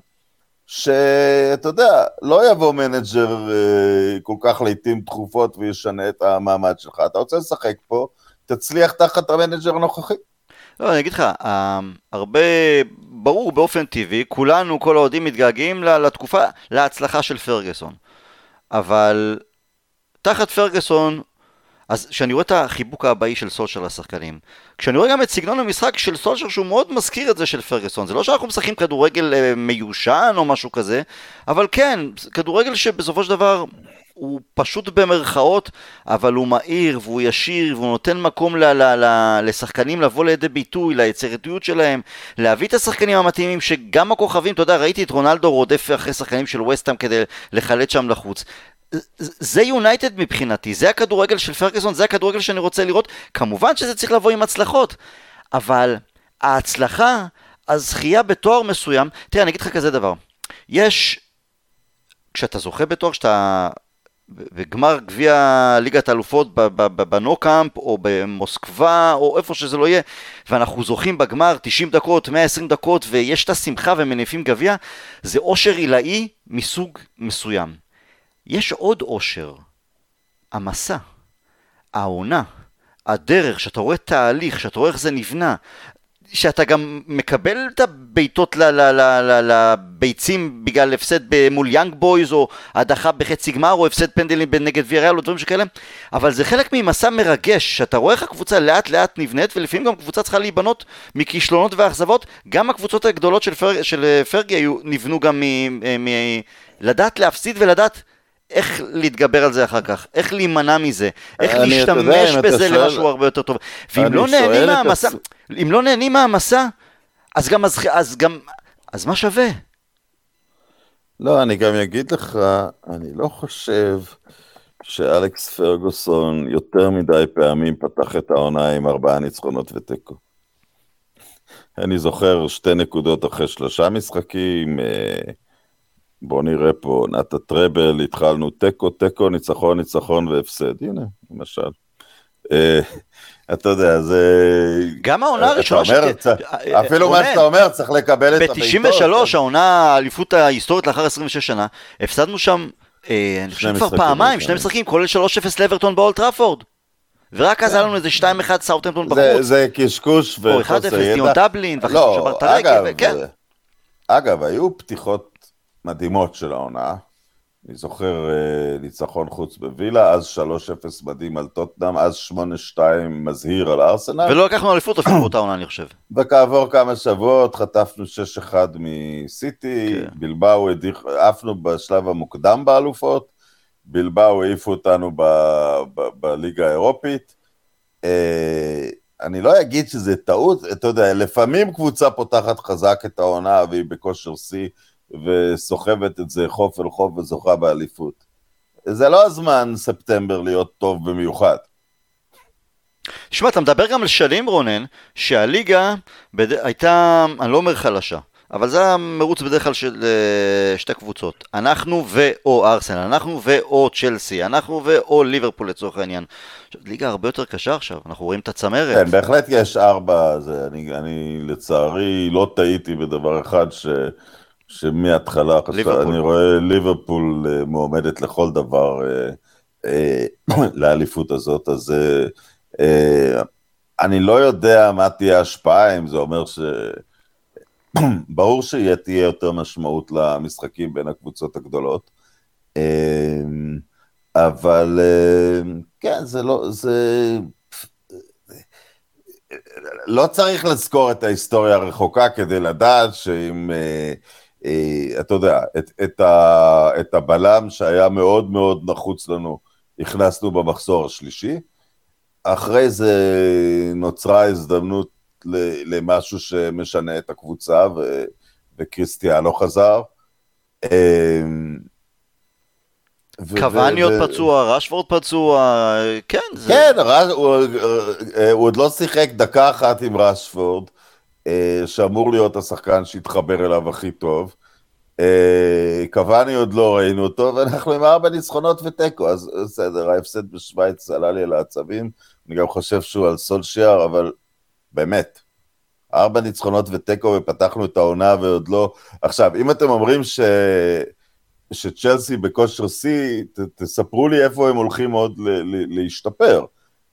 שאתה יודע, לא יבוא מנג'ר אה, כל כך לעתים תכופות וישנה את המעמד שלך. אתה רוצה לשחק פה, תצליח תחת המנג'ר הנוכחי. לא, אני אגיד לך, הרבה, ברור באופן טבעי, כולנו, כל העודים מתגעגעים לתקופה, להצלחה של פרגוסון. אבל תחת פרגוסון, אז כשאני רואה את החיבוק הבאי של סולשר לשחקנים, כשאני רואה גם את סגנון המשחק של סולשר שהוא מאוד מזכיר את זה של פרגוסון, זה לא שאנחנו משחקים כדורגל אה, מיושן או משהו כזה, אבל כן, כדורגל שבסופו של דבר הוא פשוט במרכאות, אבל הוא מהיר והוא ישיר והוא נותן מקום ל- ל- ל- לשחקנים לבוא לידי ביטוי, ליצירתיות שלהם, להביא את השחקנים המתאימים שגם הכוכבים, אתה יודע, ראיתי את רונלדו רודף אחרי שחקנים של ווסטהאם כדי לחלט שם לחוץ. זה יונייטד מבחינתי, זה הכדורגל של פרגוסון, זה הכדורגל שאני רוצה לראות. כמובן שזה צריך לבוא עם הצלחות, אבל ההצלחה, הזכייה בתואר מסוים, תראה, אני אגיד לך כזה דבר, יש, כשאתה זוכה בתואר, כשאתה בגמר גביע ליגת האלופות בנוקאמפ או במוסקבה או איפה שזה לא יהיה, ואנחנו זוכים בגמר תשעים דקות, מאה ועשרים דקות, ויש את השמחה ומניפים גביע, זה אושר עילאי מסוג מסוים. יש עוד אושר, המסע, העונה, הדרך, שאתה רואה תהליך, שאתה רואה איך זה נבנה, שאתה גם מקבל את הביתות לביצים בגלל הפסד מול יאנג בויז, או הדחה בחצי גמר, או הפסד פנדלים נגד ויאריאל, או דברים שכאלה, אבל זה חלק ממסע מרגש, שאתה רואה איך הקבוצה לאט לאט נבנית, ולפעמים גם קבוצה צריכה להיבנות מכישלונות ואכזבות, גם הקבוצות הגדולות של, פרג, של פרגי היו, נבנו גם מלדעת להפסיד ולדעת איך להתגבר על זה אחר כך, איך להימנע מזה, איך להשתמש בזה למשהו הרבה יותר טוב. ואם לא נהנים מהמסע, אם לא נהנים מהמסע, אז גם, אז גם, אז מה שווה? לא, אני גם אגיד לך, אני לא חושב שאלכס פרגוסון יותר מדי פעמים פתח את העונה עם ארבעה ניצחונות ותיקו. אני זוכר שתי נקודות אחרי שלושה משחקים, בוא נראה פה, נת הטראבל, התחלנו טקו, טקו, ניצחון, ניצחון והפסד, הנה, למשל. אתה יודע, זה... גם העונה הראשונה... אפילו מה שאתה אומר, צריך לקבל את הביתות. ב-תשעים ושלוש, העונה, האליפות ההיסטורית לאחר עשרים ושש שנה, הפסדנו שם, אני חושב כבר פעמיים, שני משחקים, כולל שלוש אפס לאברטון באולד טראפורד. ורק אז היה לנו איזה שתיים אחד סאות'המפטון בחוץ. זה קשקוש וחוסר ידע. או אחד אפס, דיון דבלין, ואחרי שבר את הרגל, כן. אגב, היו פתיחות מדהימות של העונה, אני זוכר ניצחון חוץ בווילה, אז שלוש אפס מדהים על טוטנאם, אז שמונה שתיים מזהיר על ארסנל. ולא לקחנו אליפות אפילו באותה עונה, אני חושב. וכעבור כמה שבועות חטפנו שש אחד מסיטי, כן. בלבאו עפנו בשלב המוקדם באלופות, בלבאו העיפו אותנו בליגה האירופית. אני לא אגיד שזה טעות, אתה יודע, לפעמים קבוצה פותחת חזק את העונה והיא בכושר שיא, וסוחבת את זה חוף אל חוף וזוכה באליפות. זה לא הזמן ספטמבר להיות טוב במיוחד. תשמע, אתה מדבר גם על שנים, רונן, שהליגה בד... הייתה, אני לא אומר חלשה, אבל זה המרוץ בדרך כלל של uh, שתי קבוצות. אנחנו ואו ארסנל, אנחנו ואו צ'לסי, אנחנו ואו ליברפול לצורך העניין. ליגה הרבה יותר קשה עכשיו, אנחנו רואים את הצמרת. כן, בהחלט יש ארבע, זה, אני, אני לצערי לא טעיתי בדבר אחד ש... שמההתחלה, אני רואה ליברפול מועמדת לכל דבר לאליפות הזאת, אז אני לא יודע מה תהיה ההשפעה, אם זה אומר ש... ברור שתהיה יותר משמעות למשחקים בין הקבוצות הגדולות, אבל כן, זה לא, זה... לא צריך לזכור את ההיסטוריה הרחוקה כדי לדעת שאם... אתה יודע, את, את, ה, את הבלם שהיה מאוד מאוד נחוץ לנו, הכנסנו במחזור השלישי, אחרי זה נוצרה הזדמנות למשהו שמשנה את הקבוצה, ו, וקריסטיאנו חזר. קוואני עוד פצוע, רשפורד פצוע, כן. זה... כן, רש, הוא, הוא עוד לא שיחק דקה אחת עם רשפורד, שאמור להיות השחקן שהתחבר אליו הכי טוב. קוואני עוד לא ראינו אותו, ואנחנו עם ארבע ניצחונות וטקו, אז בסדר, ההפסד בשוויץ עלה לי לעצבים, אני גם חושב שהוא על סולשייר, אבל באמת, ארבע ניצחונות וטקו, ופתחנו את העונה ועוד לא. עכשיו, אם אתם אומרים ש... שצ'לסי בכושר C, ת, תספרו לי איפה הם הולכים עוד ל... ל... להשתפר.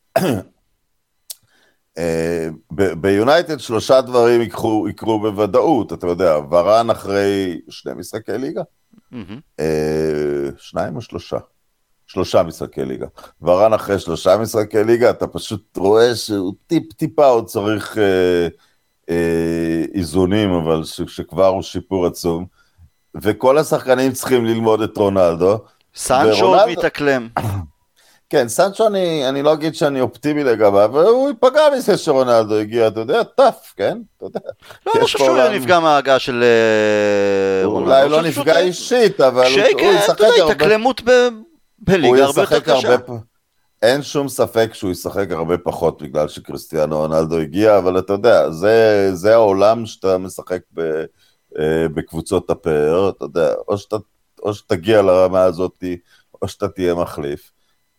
ביונייטד שלושה דברים יקרו, יקרו בוודאות, אתה יודע, ורן אחרי שני משחקי ליגה, mm-hmm. שניים או שלושה? שלושה משחקי ליגה. ורן אחרי שלושה משחקי ליגה, אתה פשוט רואה שהוא טיפ טיפה עוד צריך אה, אה, איזונים, אבל ש, שכבר הוא שיפור עצום, וכל השחקנים צריכים ללמוד את רונלדו. סנצ'ו ורונלדו... מתאקלם. כן, סנצ'ו אני, אני לא אגיד שאני אופטימי לגביו, אבל הוא ייפגע מזה שרונלדו הגיע, אתה יודע, טף, כן? אתה יודע. לא, אני חושב שהוא נפגע מההגעה של רונלדו. אולי לא נפגע אישית, אבל הוא ישחק הרבה... אתה יודע, התאקלמות בליגה הרבה יותר קשה. אין שום ספק שהוא ישחק הרבה פחות, בגלל שקריסטיאנו רונלדו הגיע, אבל אתה יודע, זה, זה העולם שאתה משחק ב, בקבוצות הפאר, אתה יודע, או, שאתה, או שתגיע לרמה הזאת, או שאתה תהיה מחליף.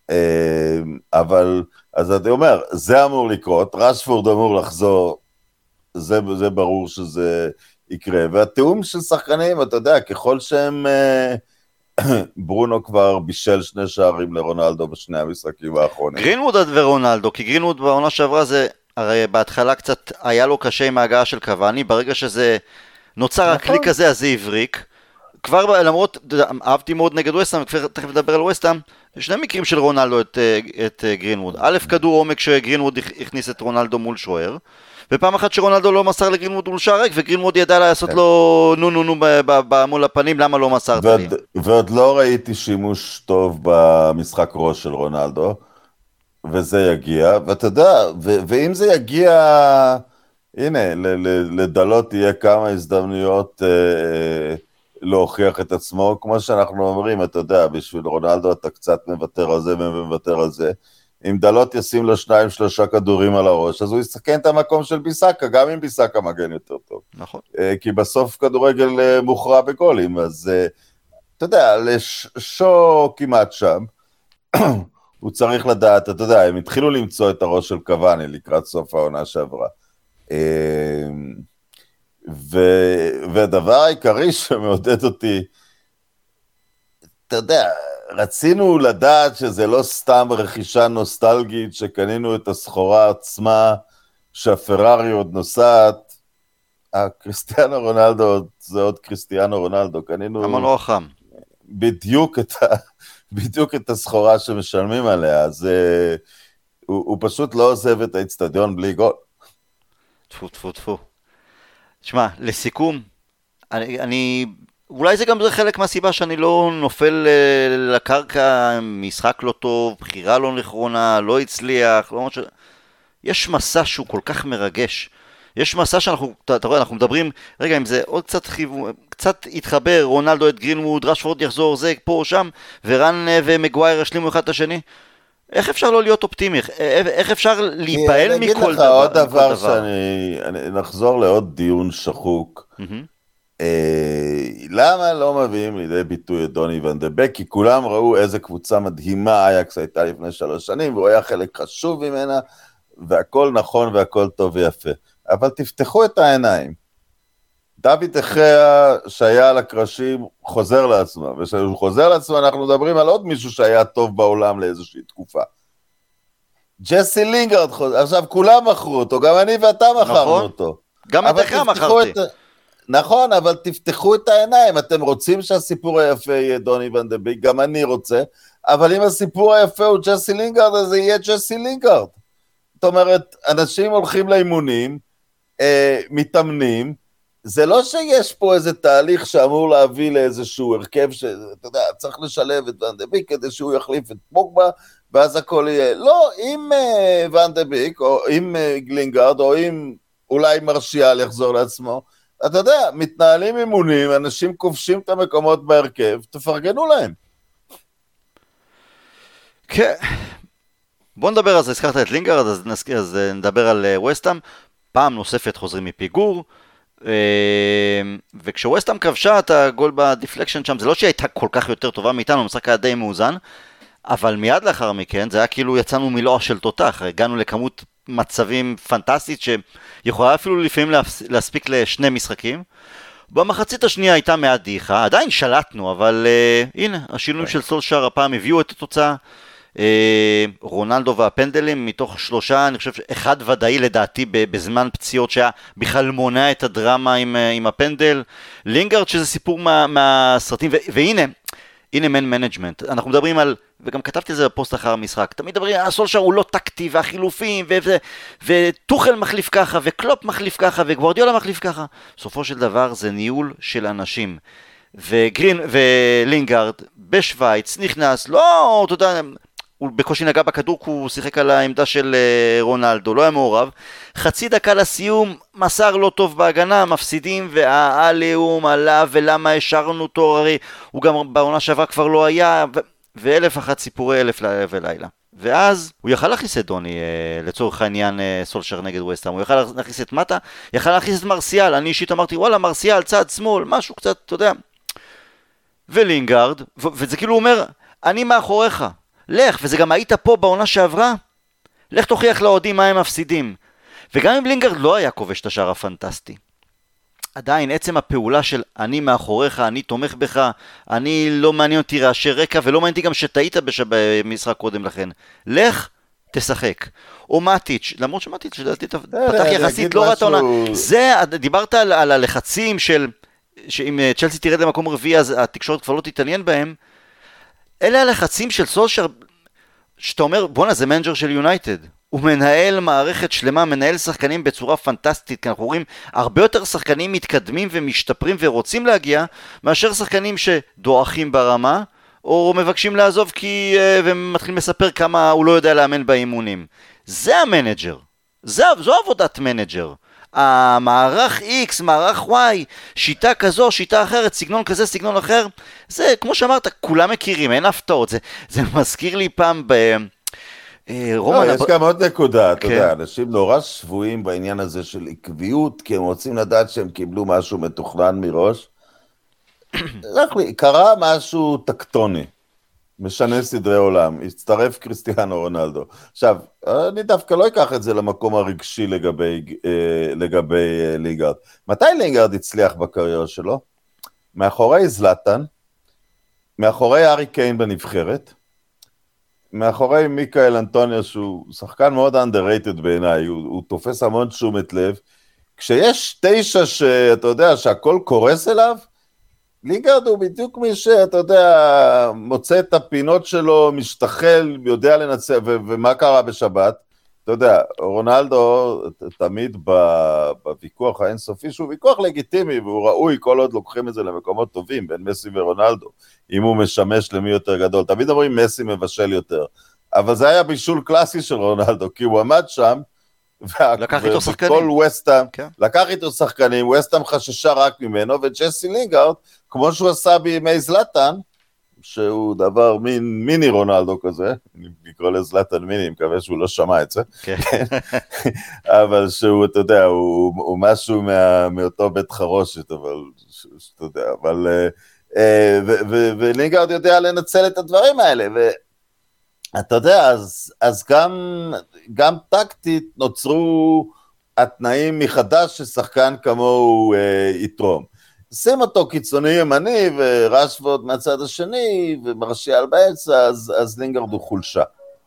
אבל, אז אני אומר, זה אמור לקרות, רשפורד אמור לחזור, זה, זה ברור שזה יקרה, והתיאום של שחקנים, אתה יודע, ככל שהם, ברונו כבר בישל שני שערים לרונלדו בשני המשחקים האחרונים. גרינווד ורונלדו, כי גרינווד בעונה שעברה זה, הרי בהתחלה קצת היה לו קשה עם ההגעה של קוואני, ברגע שזה נוצר הקליק הזה, אז זה הבריק, כבר למרות, אהבתי מאוד נגד ווסטהאם, תכף נדבר על ווסטהאם, שני מקרים של רונלדו את, את גרינווד. א', כדור עומק שגרינווד הכניס את רונלדו מול שוער, ופעם אחת שרונלדו לא מסר לגרינווד מול שער ריק, וגרינווד ידע לעשות לו נו נו נו מול הפנים, למה לא מסרת לי? ועוד לא ראיתי שימוש טוב במשחק ראש של רונלדו, וזה יגיע, ואתה יודע, ואם זה יגיע, הנה, לדלות תהיה כמה הזדמנויות להוכיח את עצמו, כמו שאנחנו אומרים, אתה יודע, בשביל רונלדו אתה קצת מוותר על זה ומוותר על זה, אם דלות ישים לו שניים שלושה כדורים על הראש, אז הוא יסכן את המקום של ביסקה, גם אם ביסקה מגן יותר טוב. נכון. כי בסוף כדורגל מוכרע בגולים, אז אתה יודע, לשו כמעט שם, הוא צריך לדעת, אתה יודע, הם התחילו למצוא את הראש של קוואני לקראת סוף העונה שעברה. והדבר העיקרי שמעודד אותי, אתה יודע, רצינו לדעת שזה לא סתם רכישה נוסטלגית, שקנינו את הסחורה עצמה, שהפרארי עוד נוסעת, הקריסטיאנו רונלדו, זה עוד קריסטיאנו רונלדו, קנינו... המנוע חם. בדיוק את, ה, בדיוק את הסחורה שמשלמים עליה, אז uh, הוא, הוא פשוט לא עוזב את האצטדיון בלי גול. תפו, תפו, תפו. תשמע, לסיכום, אני, אני, אולי זה גם זה חלק מהסיבה שאני לא נופל לקרקע, משחק לא טוב, בחירה לא נכונה, לא הצליח, לא משהו. יש מסע שהוא כל כך מרגש. יש מסע שאנחנו, אתה, אתה רואה, אנחנו מדברים, רגע, אם זה עוד קצת חיוו, קצת יתחבר, רונלדו את גרינווד, רשפורד יחזור, זה פה או שם, ורן ומגווייר ישלימו אחד את השני. איך אפשר לא להיות אופטימי? איך אפשר להיפעל מכל דבר? אני אגיד לך עוד דבר שאני, אני נחזור לעוד דיון שחוק. למה לא מביאים לידי ביטוי את דוני ון דה בק? כי כולם ראו איזה קבוצה מדהימה אייקס הייתה לפני שלוש שנים, והוא היה חלק חשוב ממנה, והכל נכון והכל טוב ויפה. אבל תפתחו את העיניים. דוד אחיה שהיה על הקרשים חוזר לעצמו, וכשהוא חוזר לעצמו אנחנו מדברים על עוד מישהו שהיה טוב בעולם לאיזושהי תקופה. ג'סי לינגרד חוזר, עכשיו כולם מכרו אותו, גם אני ואתה מכרנו נכון. אותו. גם את אחיה מכרתי. את... נכון, אבל תפתחו את העיניים, אתם רוצים שהסיפור היפה יהיה דוני ון דה בק, גם אני רוצה, אבל אם הסיפור היפה הוא ג'סי לינגרד, אז זה יהיה ג'סי לינגרד. זאת אומרת, אנשים הולכים לאימונים, אה, מתאמנים, זה לא שיש פה איזה תהליך שאמור להביא לאיזשהו הרכב, שאתה יודע, צריך לשלב את ון דה בק כדי שהוא יחליף את פוגבה, ואז הכל יהיה. לא, אם אה, ון דה בק, או אם אה, גלינגרד, או אם אולי מרשיאל יחזור לעצמו, אתה יודע, מתנהלים אימונים, אנשים כובשים את המקומות בהרכב, תפרגנו להם. כן. בוא נדבר על זה, הזכרת את לינגרד, אז, נזכיר, אז נדבר על ווסטהאם. פעם נוספת חוזרים מפיגור, וכשווסטהאם כבשה את הגול בדיפלקשן שם, זה לא שהיא הייתה כל כך יותר טובה מאיתנו, המשחק היה די מאוזן, אבל מיד לאחר מכן, זה היה כאילו יצאנו מלוע של תותח, הגענו לכמות מצבים פנטסטית, שיכולה אפילו לפעמים להספיק לשני משחקים. במחצית השנייה הייתה מעט דעיכה, עדיין שלטנו, אבל uh, הנה, השינויים של סולשר הפעם הביאו את התוצאה, uh, רונלדו והפנדלים, מתוך שלושה, אני חושב שאחד ודאי לדעתי בזמן פציעות שהיה בכלל מונע את הדרמה עם, uh, עם הפנדל, לינגרד שזה סיפור מה, מהסרטים, ו- והנה, הנה מן מנג'מנט, אנחנו מדברים על, וגם כתבתי את זה בפוסט אחר המשחק, תמיד מדברים, הסולשר הוא לא טקטי, והחילופים, ו- ו- וטוחל מחליף ככה, וקלופ מחליף ככה, וגוורדיולה מחליף ככה, בסופו של דבר זה ניהול של אנשים, וגרין ולינגרד בשוויץ נכנס, לא, אתה יודע, הוא בקושי נגע בכדור, הוא שיחק על העמדה של רונלדו, לא היה מעורב, חצי דקה לסיום, מסר לא טוב בהגנה, מפסידים, והעליהום עליו, ולמה השארנו אותו, הרי הוא גם בעונה שעברה כבר לא היה, ו- ואלף אחת סיפורי אלף ולילה. ואז הוא יכל להכניס את דוני, לצורך העניין סולשר נגד ווסטהאם, הוא יכל להכניס את מטה, יכל להכניס את מרסיאל, אני אישית אמרתי, וואלה, מרסיאל, צד שמאל, משהו קצת, אתה יודע, ולינגרד, ו- וזה כאילו אומר, אני מאחוריך, לך, וזה גם היית פה בעונה שעברה, לך תוכיח לאוהדים מה הם מפסידים. וגם אם לינגרד לא היה כובש את השער הפנטסטי, עדיין עצם הפעולה של אני מאחוריך, אני תומך בך, אני לא מעניין אותי רעשי רקע, ולא מעניין אותי גם שטעית במשחק קודם לכן. לך, תשחק. או מטיץ', למרות שמטיץ' לדעתי פתח יחסית לא רעת עונה. זה, דיברת על, על הלחצים של, שאם צ'לסי תרד למקום רביעי, אז התקשורת כבר לא תתעניין בהם. אלה הלחצים של סולשר, שאתה אומר, בוא'נה, זה מנג'ר של יונייטד. הוא מנהל מערכת שלמה, מנהל שחקנים בצורה פנטסטית, כי אנחנו רואים הרבה יותר שחקנים מתקדמים ומשתפרים ורוצים להגיע, מאשר שחקנים שדועכים ברמה, או מבקשים לעזוב כי, ומתחילים לספר כמה הוא לא יודע לאמן באימונים. זה המנג'ר. זה, זו עבודת מנג'ר. המערך X, מערך Y, שיטה כזו, שיטה אחרת, סגנון כזה, סגנון אחר, זה, כמו שאמרת, כולם מכירים, אין הפתעות. זה, זה מזכיר לי פעם ב... לא, יש גם עוד נקודה, אתה יודע, אנשים נורא שבויים בעניין הזה של עקביות, כי הם רוצים לדעת שהם קיבלו משהו מתוכנן מראש. קרה משהו טקטוני, משנה סדרי עולם, הצטרף קריסטיאנו רונלדו. עכשיו, אני דווקא לא אקח את זה למקום הרגשי לגבי, לגבי לינגרד. מתי לינגרד הצליח בקריירה שלו? מאחורי זלטן, מאחורי ארי קיין בנבחרת, מאחורי מיקאל אנטוניו, שהוא שחקן מאוד underrated בעיניי, הוא, הוא תופס המון תשומת לב, כשיש תשע שאתה יודע שהכל קורס אליו, לינגארד הוא בדיוק מי שאתה יודע, מוצא את הפינות שלו, משתחל, יודע לנצח, ו- ומה קרה בשבת? אתה יודע, רונלדו תמיד בוויכוח האינסופי, שהוא ויכוח לגיטימי, והוא ראוי, כל עוד לוקחים את זה למקומות טובים, בין מסי ורונלדו, אם הוא משמש למי יותר גדול. תמיד אומרים מסי מבשל יותר, אבל זה היה בישול קלאסי של רונלדו, כי הוא עמד שם, לקח איתו שחקנים. ווסטהאם, לקח איתו שחקנים, ווסטהאם חששה רק ממנו, וג'סי לינגארד, כמו שהוא עשה בימי זלטן, שהוא דבר מין, מיני רונלדו כזה, אני אקרא לזלטן מיני, אני מקווה שהוא לא שמע את זה, אבל שהוא, אתה יודע, הוא, הוא משהו מה, מאותו בית חרושת, אבל, אתה יודע, אבל, ולינגארד יודע לנצל את הדברים האלה, ו... אתה יודע, אז, אז גם, גם טקטית נוצרו התנאים מחדש ששחקן כמוהו אה, יתרום. שים אותו קיצוני ימני ורשפורד מהצד השני ומרשיאל באמצע, אז, אז לינגארד הוא חולשה.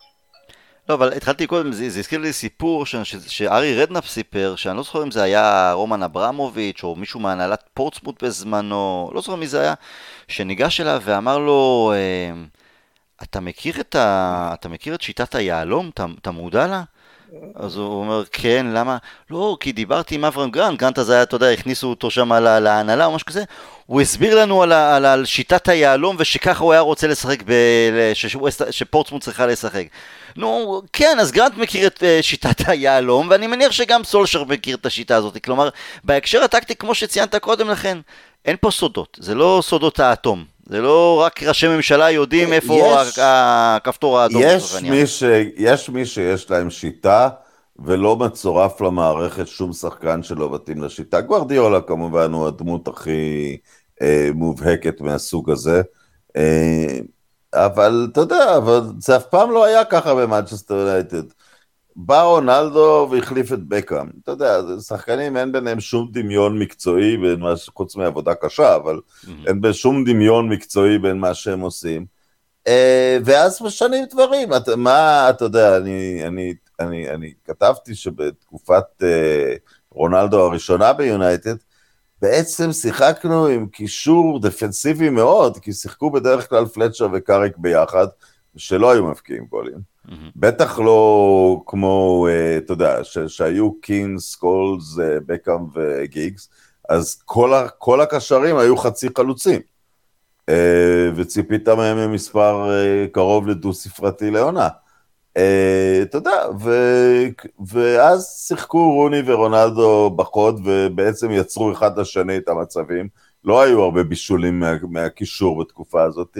לא, אבל התחלתי קודם, זה, זה הזכיר לי סיפור ש, ש, שארי רדנאפ סיפר, שאני לא זוכר אם זה היה רומן אברמוביץ' או מישהו מהנהלת פורטסמוט בזמנו, לא זוכר מי זה היה, שניגש אליו ואמר לו... אה, אתה מכיר את, ה... אתה מכיר את שיטת היעלום? אתה, אתה מודע לה? אז הוא אומר, כן, למה? לא, כי דיברתי עם אברהם גרנט, גרנט הזה היה, אתה יודע, הכניסו אותו שם להנהלה או משהו כזה, הוא הסביר לנו על, על, על שיטת היעלום, ושככה הוא היה רוצה לשחק, ב... ש... שפורטסמוט צריכה לשחק. נו, כן, אז גרנט מכיר את uh, שיטת היעלום, ואני מניח שגם סולשר מכיר את השיטה הזאת, כלומר, בהקשר הטקטי, כמו שציינת קודם לכן, אין פה סודות, זה לא סודות האטום. זה לא רק ראשי ממשלה יודעים איפה יש, הכפתור האדום. יש מי, ש, יש מי שיש להם שיטה, ולא מצורף למערכת שום שחקן שלא מתאים לשיטה. גוארדיולה כמובן הוא הדמות הכי אה, מובהקת מהסוג הזה. אה, אבל אתה יודע, אבל זה אף פעם לא היה ככה במנצ'סטר יונייטד. בא רונלדו והחליף את בקאם. אתה יודע, שחקנים אין ביניהם שום דמיון מקצועי, בין מה, חוץ מעבודה קשה, אבל mm-hmm. אין בין שום דמיון מקצועי בין מה שהם עושים. אה, ואז משנים דברים. את, מה, אתה יודע, אני, אני, אני, אני כתבתי שבתקופת אה, רונלדו הראשונה ביונייטד, בעצם שיחקנו עם קישור דפנסיבי מאוד, כי שיחקו בדרך כלל פלצ'ר וקאריק ביחד, שלא היו מפקיעים גולים. Mm-hmm. בטח לא כמו, uh, אתה יודע, ש- שהיו קין, סקולס, uh, בקאם וגיגס, אז כל, ה- כל הקשרים היו חצי חלוצים, uh, וציפית מהם ממספר uh, קרוב לדו ספרתי לעונה. Uh, אתה יודע, ו- ואז שיחקו רוני ורונלדו בחוד, ובעצם יצרו אחד לשני את המצבים, לא היו הרבה בישולים מה- מהקישור בתקופה הזאת,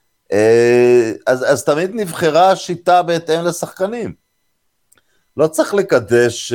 אז, אז תמיד נבחרה השיטה בהתאם לשחקנים. לא צריך לקדש,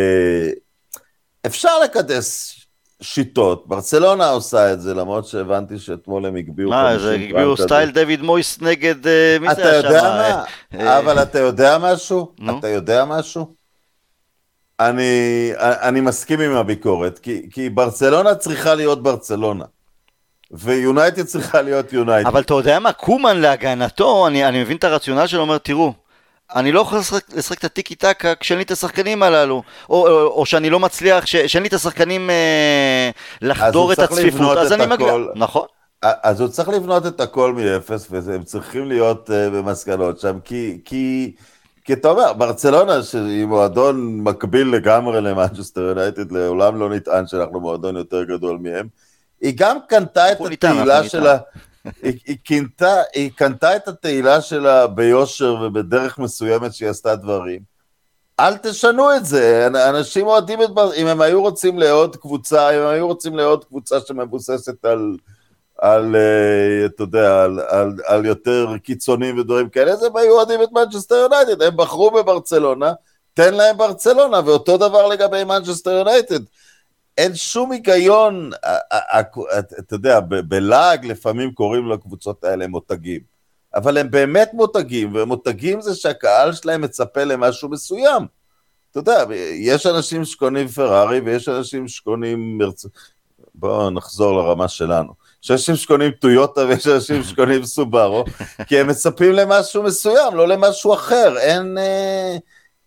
אפשר לקדש שיטות, ברצלונה עושה את זה, למרות שהבנתי שאתמול הם הגביאו מה, זה הגביאו סטייל דויד מויס נגד, מי זה היה שם? אתה יודע מה? אבל אתה יודע משהו? אתה יודע משהו? אני, אני מסכים עם הביקורת, כי, כי ברצלונה צריכה להיות ברצלונה. ויונייטד צריכה להיות יונייטד. אבל אתה יודע מה, קומן להגנתו, אני, אני מבין את הרציונל שלו, אומר, תראו, אני לא יכול לשחק, לשחק את הטיקי טקה כשאין לי את השחקנים הללו, או, או, או שאני לא מצליח, ש, שאין לי את השחקנים אה, לחדור את הצפיפות, אז אני מגלה, נכון? אז הוא צריך לבנות את הכל מאפס, והם צריכים להיות uh, במסקנות שם, כי, כי, כי אתה אומר, ברצלונה, שהיא מועדון מקביל לגמרי למנצ'סטר יונייטד, לעולם לא נטען שאנחנו מועדון יותר גדול מהם, היא גם קנתה את התהילה שלה, היא, היא, קנתה, היא קנתה את התהילה שלה ביושר ובדרך מסוימת שהיא עשתה דברים. אל תשנו את זה, אנשים אוהדים את, אם הם היו רוצים לעוד קבוצה, אם הם היו רוצים לעוד קבוצה שמבוססת על, על אתה יודע, על, על, על יותר קיצונים ודברים כאלה, אז הם היו אוהדים את מנצ'סטר יונייטד, הם בחרו בברצלונה, תן להם ברצלונה, ואותו דבר לגבי מנצ'סטר יונייטד. אין שום היגיון, אתה יודע, בלעג לפעמים קוראים לקבוצות האלה מותגים, אבל הם באמת מותגים, ומותגים זה שהקהל שלהם מצפה למשהו מסוים. אתה יודע, יש אנשים שקונים פרארי, ויש אנשים שקונים מרצ... בואו נחזור לרמה שלנו. יש אנשים שקונים טויוטה, ויש אנשים שקונים סובארו, כי הם מצפים למשהו מסוים, לא למשהו אחר. אין...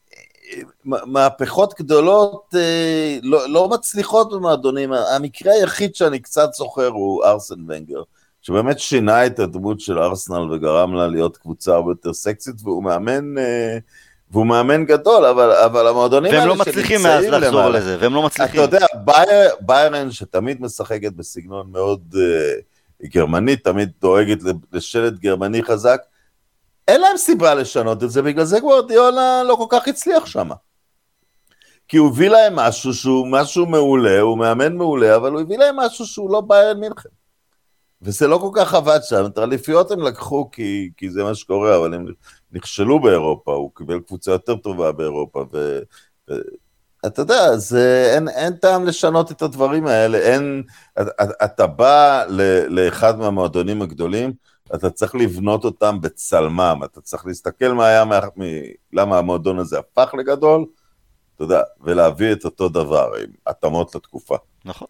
מהפכות גדולות לא, לא מצליחות במועדונים. המקרה היחיד שאני קצת זוכר הוא ארסן ונגר, שבאמת שינה את הדמות של ארסנל וגרם לה להיות קבוצה הרבה יותר סקסית, והוא מאמן, והוא מאמן גדול, אבל, אבל המועדונים והם לא מצליחים מאז לחזור למעלה. לזה, והם לא מצליחים. אתה יודע, בייר, ביירן שתמיד משחקת בסגנון מאוד uh, גרמני, תמיד דואגת לשלט גרמני חזק, אין להם סיבה לשנות את זה, בגלל זה גוארדיולה לא כל כך הצליח שם. כי הוא הביא להם משהו שהוא משהו מעולה, הוא מאמן מעולה, אבל הוא הביא להם משהו שהוא לא ביירן מינכן. וזה לא כל כך עבד שם, את האליפויות הם לקחו כי, כי זה מה שקורה, אבל הם נכשלו באירופה, הוא קיבל קבוצה יותר טובה באירופה, ו... ו... אתה יודע, זה, אין, אין טעם לשנות את הדברים האלה, אין, אתה, אתה בא ל, לאחד מהמועדונים הגדולים, אתה צריך לבנות אותם בצלמם, אתה צריך להסתכל מה היה, מה, למה המועדון הזה הפך לגדול, אתה יודע, ולהביא את אותו דבר, עם התאמות לתקופה. נכון.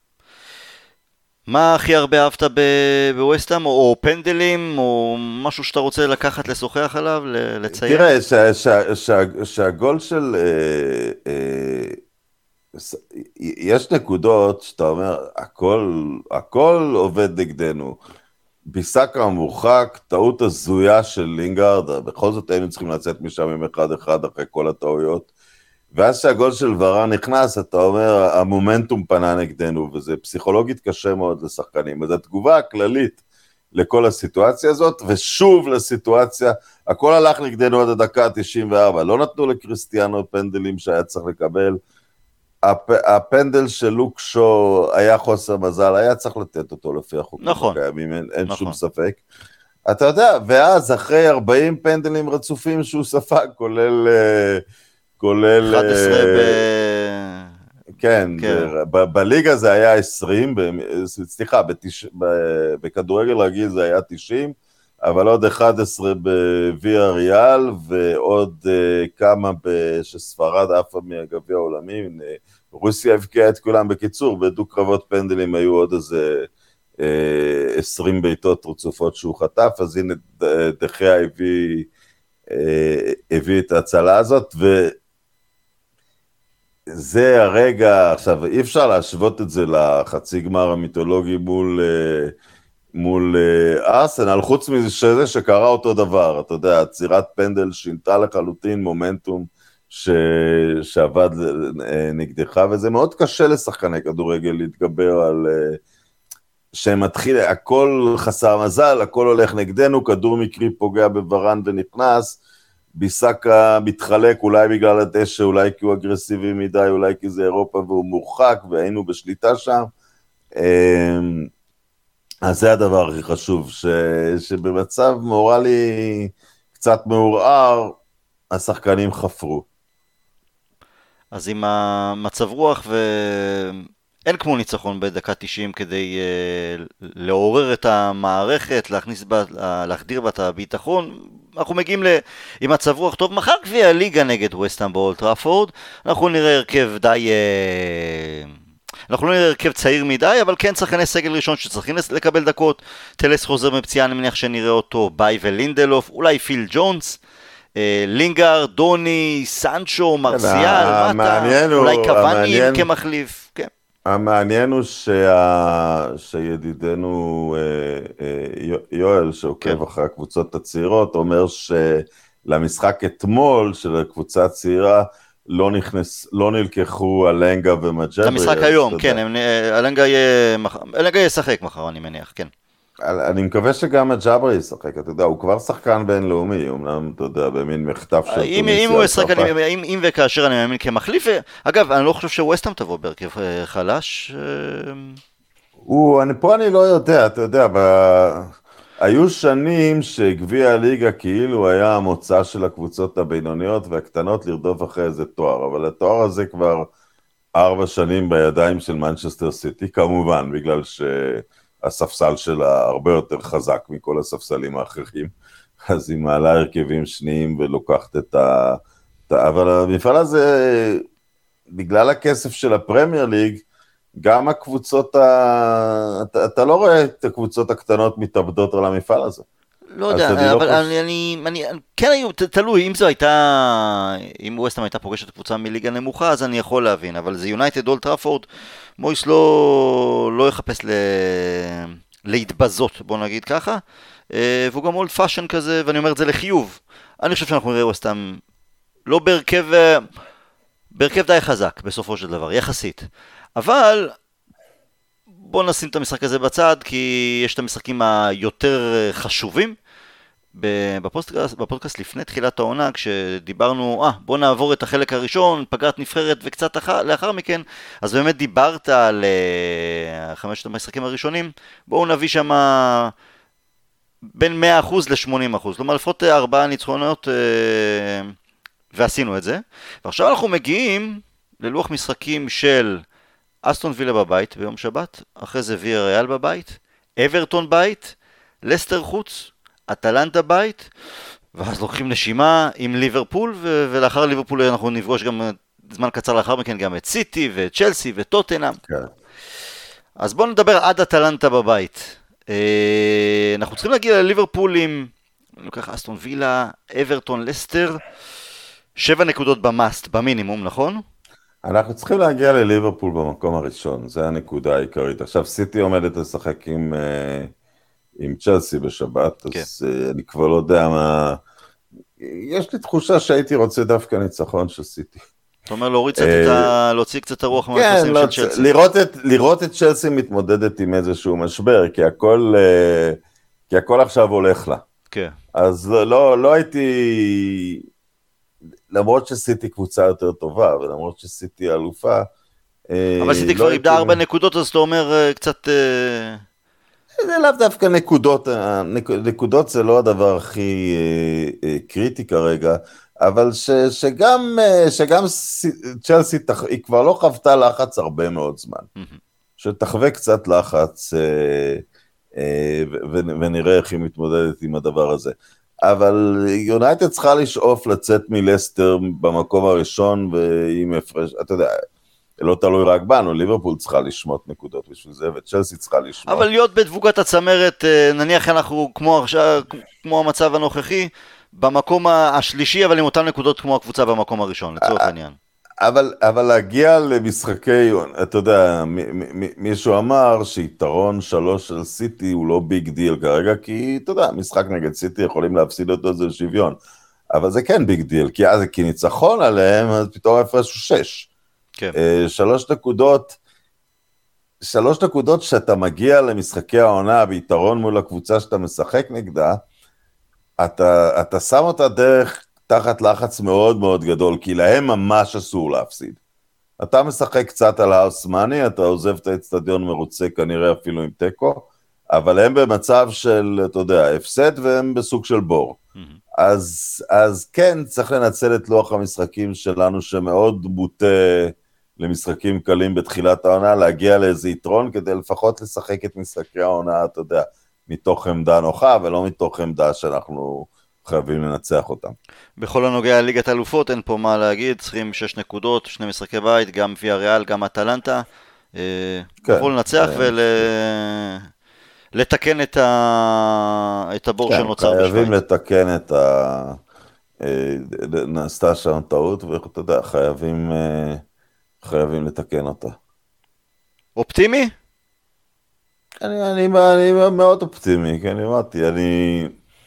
מה הכי הרבה אהבת בווסטהאם, או פנדלים, או משהו שאתה רוצה לקחת לשוחח עליו, לציין? תראה, שה, שה, שה, שהגול של... אה, אה, יש נקודות שאתה אומר, הכל, הכל עובד נגדנו. ביסקה מורחק, טעות הזויה של לינגארד, בכל זאת היינו צריכים לצאת משם עם אחד אחד אחרי כל הטעויות. ואז שהגול של ורן נכנס, אתה אומר, המומנטום פנה נגדנו, וזה פסיכולוגית קשה מאוד לשחקנים. אז התגובה הכללית לכל הסיטואציה הזאת, ושוב לסיטואציה, הכל הלך נגדנו עד הדקה ה-תשעים וארבע, לא נתנו לקריסטיאנו פנדלים שהיה צריך לקבל, הפ, הפנדל של לוקשו היה חוסר מזל, היה צריך לתת אותו לפי החוקים נכון, הקיימים, אין, אין נכון. שום ספק. אתה יודע, ואז אחרי ארבעים פנדלים רצופים שהוא ספג, כולל... כולל... אחד עשרה ב... כן, כן. ב- בליגה זה היה עשרים, ב- סליחה, בתש... ב- בכדורגל רגיל זה היה תשעים, אבל עוד אחד עשר בוויה ריאל, ועוד uh, כמה שספרד עפה מהגביע העולמי, רוסיה הבקיעה את כולם בקיצור, בדו קרבות פנדלים היו עוד איזה uh, עשרים בעיטות רצופות שהוא חטף, אז הנה דחיה הביא, uh, הביא את ההצלה הזאת, ו... זה הרגע, עכשיו אי אפשר להשוות את זה לחצי גמר המיתולוגי מול, מול ארסנל, חוץ מזה שזה שקרה אותו דבר, אתה יודע, צירת פנדל שינתה לחלוטין מומנטום ש... שעבד נגדך, וזה מאוד קשה לשחקני כדורגל להתגבר על... שמתחיל, הכל חסר מזל, הכל הולך נגדנו, כדור מקרי פוגע בוורן ונכנס, ביסקה מתחלק, אולי בגלל הדשא, אולי כי הוא אגרסיבי מדי, אולי כי זה אירופה והוא מורחק, והיינו בשליטה שם. אז זה הדבר הכי חשוב, ש... שבמצב מורלי קצת מעורער, השחקנים חפרו. אז עם המצב רוח, ואין כמו ניצחון בדקה תשעים כדי uh, לעורר את המערכת, להכניס בה, להחדיר בה את הביטחון, אנחנו מגיעים ל... עם מצב רוח טוב, מחר גביע הליגה נגד ווסטהאם באולד טראפורד, אנחנו נראה הרכב די... אנחנו לא נראה הרכב צעיר מדי, אבל כן שחקני סגל ראשון שצריכים לקבל דקות, טלס חוזר מפציעה, אני מניח שנראה אותו, ביי ולינדלוף, אולי פיל ג'ונס, לינגארד, דוני, סנצ'ו, מרסיאל, מטה, אולי קוואני כמחליף, כן. המעניין הוא שה... שידידנו אה, אה, יואל, שעוקב כן. אחרי הקבוצות הצעירות, אומר שלמשחק אתמול של הקבוצה הצעירה, לא נכנס, לא נלקחו אלנגה ומג'אברי. למשחק היום, כן, הם, אלנגה יהיה, אלנגה ישחק מחר, אני מניח, כן. אני מקווה שגם הג'אברי ישחק, אתה יודע, הוא כבר שחקן בינלאומי, אומנם, אתה יודע, במין מחטף של אם, אם הוא ישחק, אני, אם, אם וכאשר אני מאמין כמחליף, אגב, אני לא חושב שווסטהאם תבוא בהרכב חלש. הוא, אני, פה אני לא יודע, אתה יודע, ב... היו שנים שגביע הליגה כאילו היה המוצא של הקבוצות הבינוניות והקטנות לרדוף אחרי איזה תואר, אבל התואר הזה כבר ארבע שנים בידיים של מנצ'סטר סיטי, כמובן, בגלל שהספסל שלה הרבה יותר חזק מכל הספסלים האחרים, אז היא מעלה הרכבים שניים ולוקחת את ה... אבל המפעל הזה, בגלל הכסף של הפרמייר ליג, גם הקבוצות, ה... אתה, אתה לא רואה את הקבוצות הקטנות מתאבדות על המפעל הזה. לא יודע, אבל אני, אני, כן היו, תלוי, אם זו הייתה, אם ווסטהאם הייתה פוגשת קבוצה מליגה נמוכה, אז אני יכול להבין, אבל זה יונייטד אולד טראפורד, מויס לא, לא יחפש ל, להתבזות, בוא נגיד ככה, והוא גם אולד פאשן כזה, ואני אומר את זה לחיוב. אני חושב שאנחנו נראה ווסטהאם לא בהרכב, בהרכב די חזק, בסופו של דבר, יחסית. אבל בואו נשים את המשחק הזה בצד, כי יש את המשחקים היותר חשובים. בפודקאסט, בפודקאסט לפני תחילת העונה, כשדיברנו, אה, בואו נעבור את החלק הראשון, פגרת נבחרת וקצת אח... לאחר מכן, אז באמת דיברת על uh, חמשת המשחקים הראשונים, בואו נביא שם בין מאה אחוז ל-שמונים אחוז, כלומר לפחות ארבעה ניצחונות, uh, ועשינו את זה. ועכשיו אנחנו מגיעים ללוח משחקים של אסטון וילה בבית ביום שבת, אחרי זה ויה ריאל בבית, אברטון בית, לסטר חוץ, אטלנטה בית, ואז לוקחים נשימה עם ליברפול, ו- ולאחר ליברפול אנחנו נפגוש גם זמן קצר לאחר מכן גם את סיטי ואת צ'לסי וטוטנהאם. Okay. אז בואו נדבר עד אטלנטה בבית. אה, אנחנו צריכים להגיע לליברפול עם, אני לוקח אסטון וילה, אברטון, לסטר, שבע נקודות במאסט, במינימום, נכון? אנחנו צריכים להגיע לליברפול במקום הראשון, זה הנקודה העיקרית. עכשיו סיטי עומדת לשחק עם, עם צ'לסי בשבת, okay. אז אני כבר לא יודע מה... יש לי תחושה שהייתי רוצה דווקא ניצחון של סיטי. זאת אומרת, להוריד קצת את ה... להוציא קצת הרוח מהמטוסים של צ'לסי. לראות את, לראות את צ'לסי מתמודדת עם איזשהו משבר, כי הכל, כי הכל עכשיו הולך לה. כן. אז לא, לא הייתי... למרות שסיטי קבוצה יותר טובה, ולמרות שסיטי אלופה... אבל סיטי כבר איבדה ארבע נקודות, אז אתה אומר קצת... זה לאו דווקא נקודות, נקודות זה לא הדבר הכי קריטי כרגע, אבל ש, שגם, שגם צ'לסי, היא כבר לא חוותה לחץ הרבה מאוד זמן. שתחווה קצת לחץ, ונראה איך היא מתמודדת עם הדבר הזה. אבל יונייטד צריכה לשאוף לצאת מלסטר במקום הראשון, ועם הפרש, אתה יודע, לא תלוי רק בנו, ליברפול צריכה לשמות נקודות בשביל זה, וצ'לסי צריכה לשמות. אבל להיות בדבוקת הצמרת, נניח אנחנו כמו עכשיו, כמו המצב הנוכחי, במקום השלישי, אבל עם אותן נקודות כמו הקבוצה במקום הראשון, לצורך העניין. אבל, אבל להגיע למשחקי, אתה יודע, מישהו אמר שיתרון שלוש של סיטי הוא לא ביג דיל כרגע, כי אתה יודע, משחק נגד סיטי יכולים להפסיד אותו זה שוויון, אבל זה כן ביג דיל, כי אז כי ניצחון עליהם, אז פתאום הפרש הוא שש. כן. שלוש נקודות, שלוש נקודות שאתה מגיע למשחקי העונה ביתרון מול הקבוצה שאתה משחק נגדה, אתה, אתה שם אותה דרך תחת לחץ מאוד מאוד גדול, כי להם ממש אסור להפסיד. אתה משחק קצת על האוס מאני, אתה עוזב את האצטדיון מרוצה, כנראה אפילו עם טקו, אבל הם במצב של, אתה יודע, הפסד, והם בסוג של בור. Mm-hmm. אז, אז כן, צריך לנצל את לוח המשחקים שלנו, שמאוד בוטה למשחקים קלים בתחילת העונה, להגיע לאיזה יתרון, כדי לפחות לשחק את משחקי העונה, אתה יודע, מתוך עמדה נוחה, ולא מתוך עמדה שאנחנו חייבים לנצח אותם. בכל הנוגע לליגת האלופות, אין פה מה להגיד, צריכים שש נקודות, שני משחקי בית, גם ויה ריאל, גם אטלנטה, יכולו לנצח ולתקן את הבור שנוצר. חייבים לתקן את ה... נעשתה שם טעות, ואתה יודע, חייבים חייבים לתקן אותה. אופטימי? אני, אני, אני מאוד אופטימי, כי אני אמרתי, אני...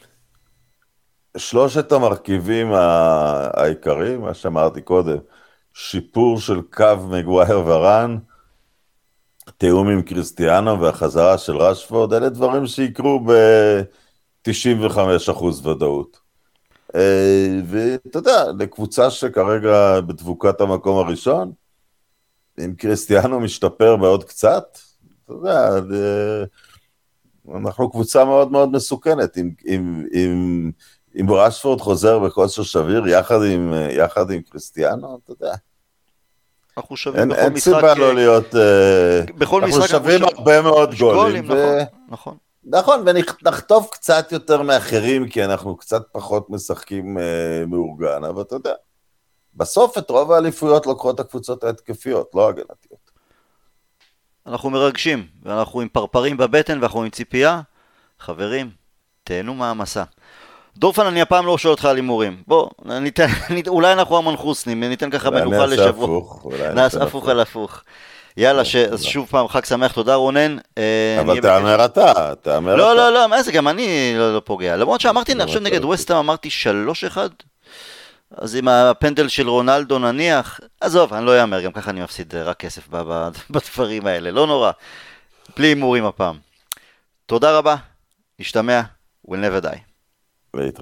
שלושת המרכיבים העיקריים, מה שאמרתי קודם, שיפור של קו מגווייר ורן, תיאום עם קריסטיאנו והחזרה של רשפורד, אלה דברים שיקרו ב-תשעים וחמישה אחוז ודאות. ואתה יודע, לקבוצה שכרגע בדבוקת המקום הראשון, אם קריסטיאנו משתפר מאוד קצת, אתה יודע, אנחנו קבוצה מאוד מאוד מסוכנת, עם, עם, עם, עם רשפורד חוזר בכושר שביר, יחד עם, יחד עם קריסטיאנו, אתה יודע. אנחנו שווים אין, בכל אין משחק... אין סיבה לא להיות... בכל אנחנו משחק שווים אנחנו הרבה מאוד גולים. גולים, ו... נכון, נכון. נכון, ונחטוף קצת יותר מאחרים, כי אנחנו קצת פחות משחקים אה, מאורגן, אבל אתה יודע, בסוף את רוב האליפויות לוקחות הקבוצות ההתקפיות, לא הגנתיות. אנחנו מרגשים, ואנחנו עם פרפרים בבטן, ואנחנו עם ציפייה. חברים, תהנו מהמסע. דורפן, אני הפעם לא שואל אותך על הימורים. בוא, ניתן, אולי אנחנו המנחוסנים, ניתן ככה מנוחה לשבוע. נעשה הפוך על הפוך. יאללה, שוב פעם חג שמח, תודה רונן. אבל תאמר אתה, תאמר אתה. לא, לא, לא, מה זה, גם אני לא פוגע. למרות שאמרתי, אני חושב נגד ווסטהאם אמרתי שלוש אחד. אז עם הפנדל של רונלדו נניח, עזוב, אני לא יאמר, גם ככה אני מפסיד רק כסף בדברים האלה, לא נורא. בלי הימורים הפעם. תודה רבה, נשתמע, we'll never die.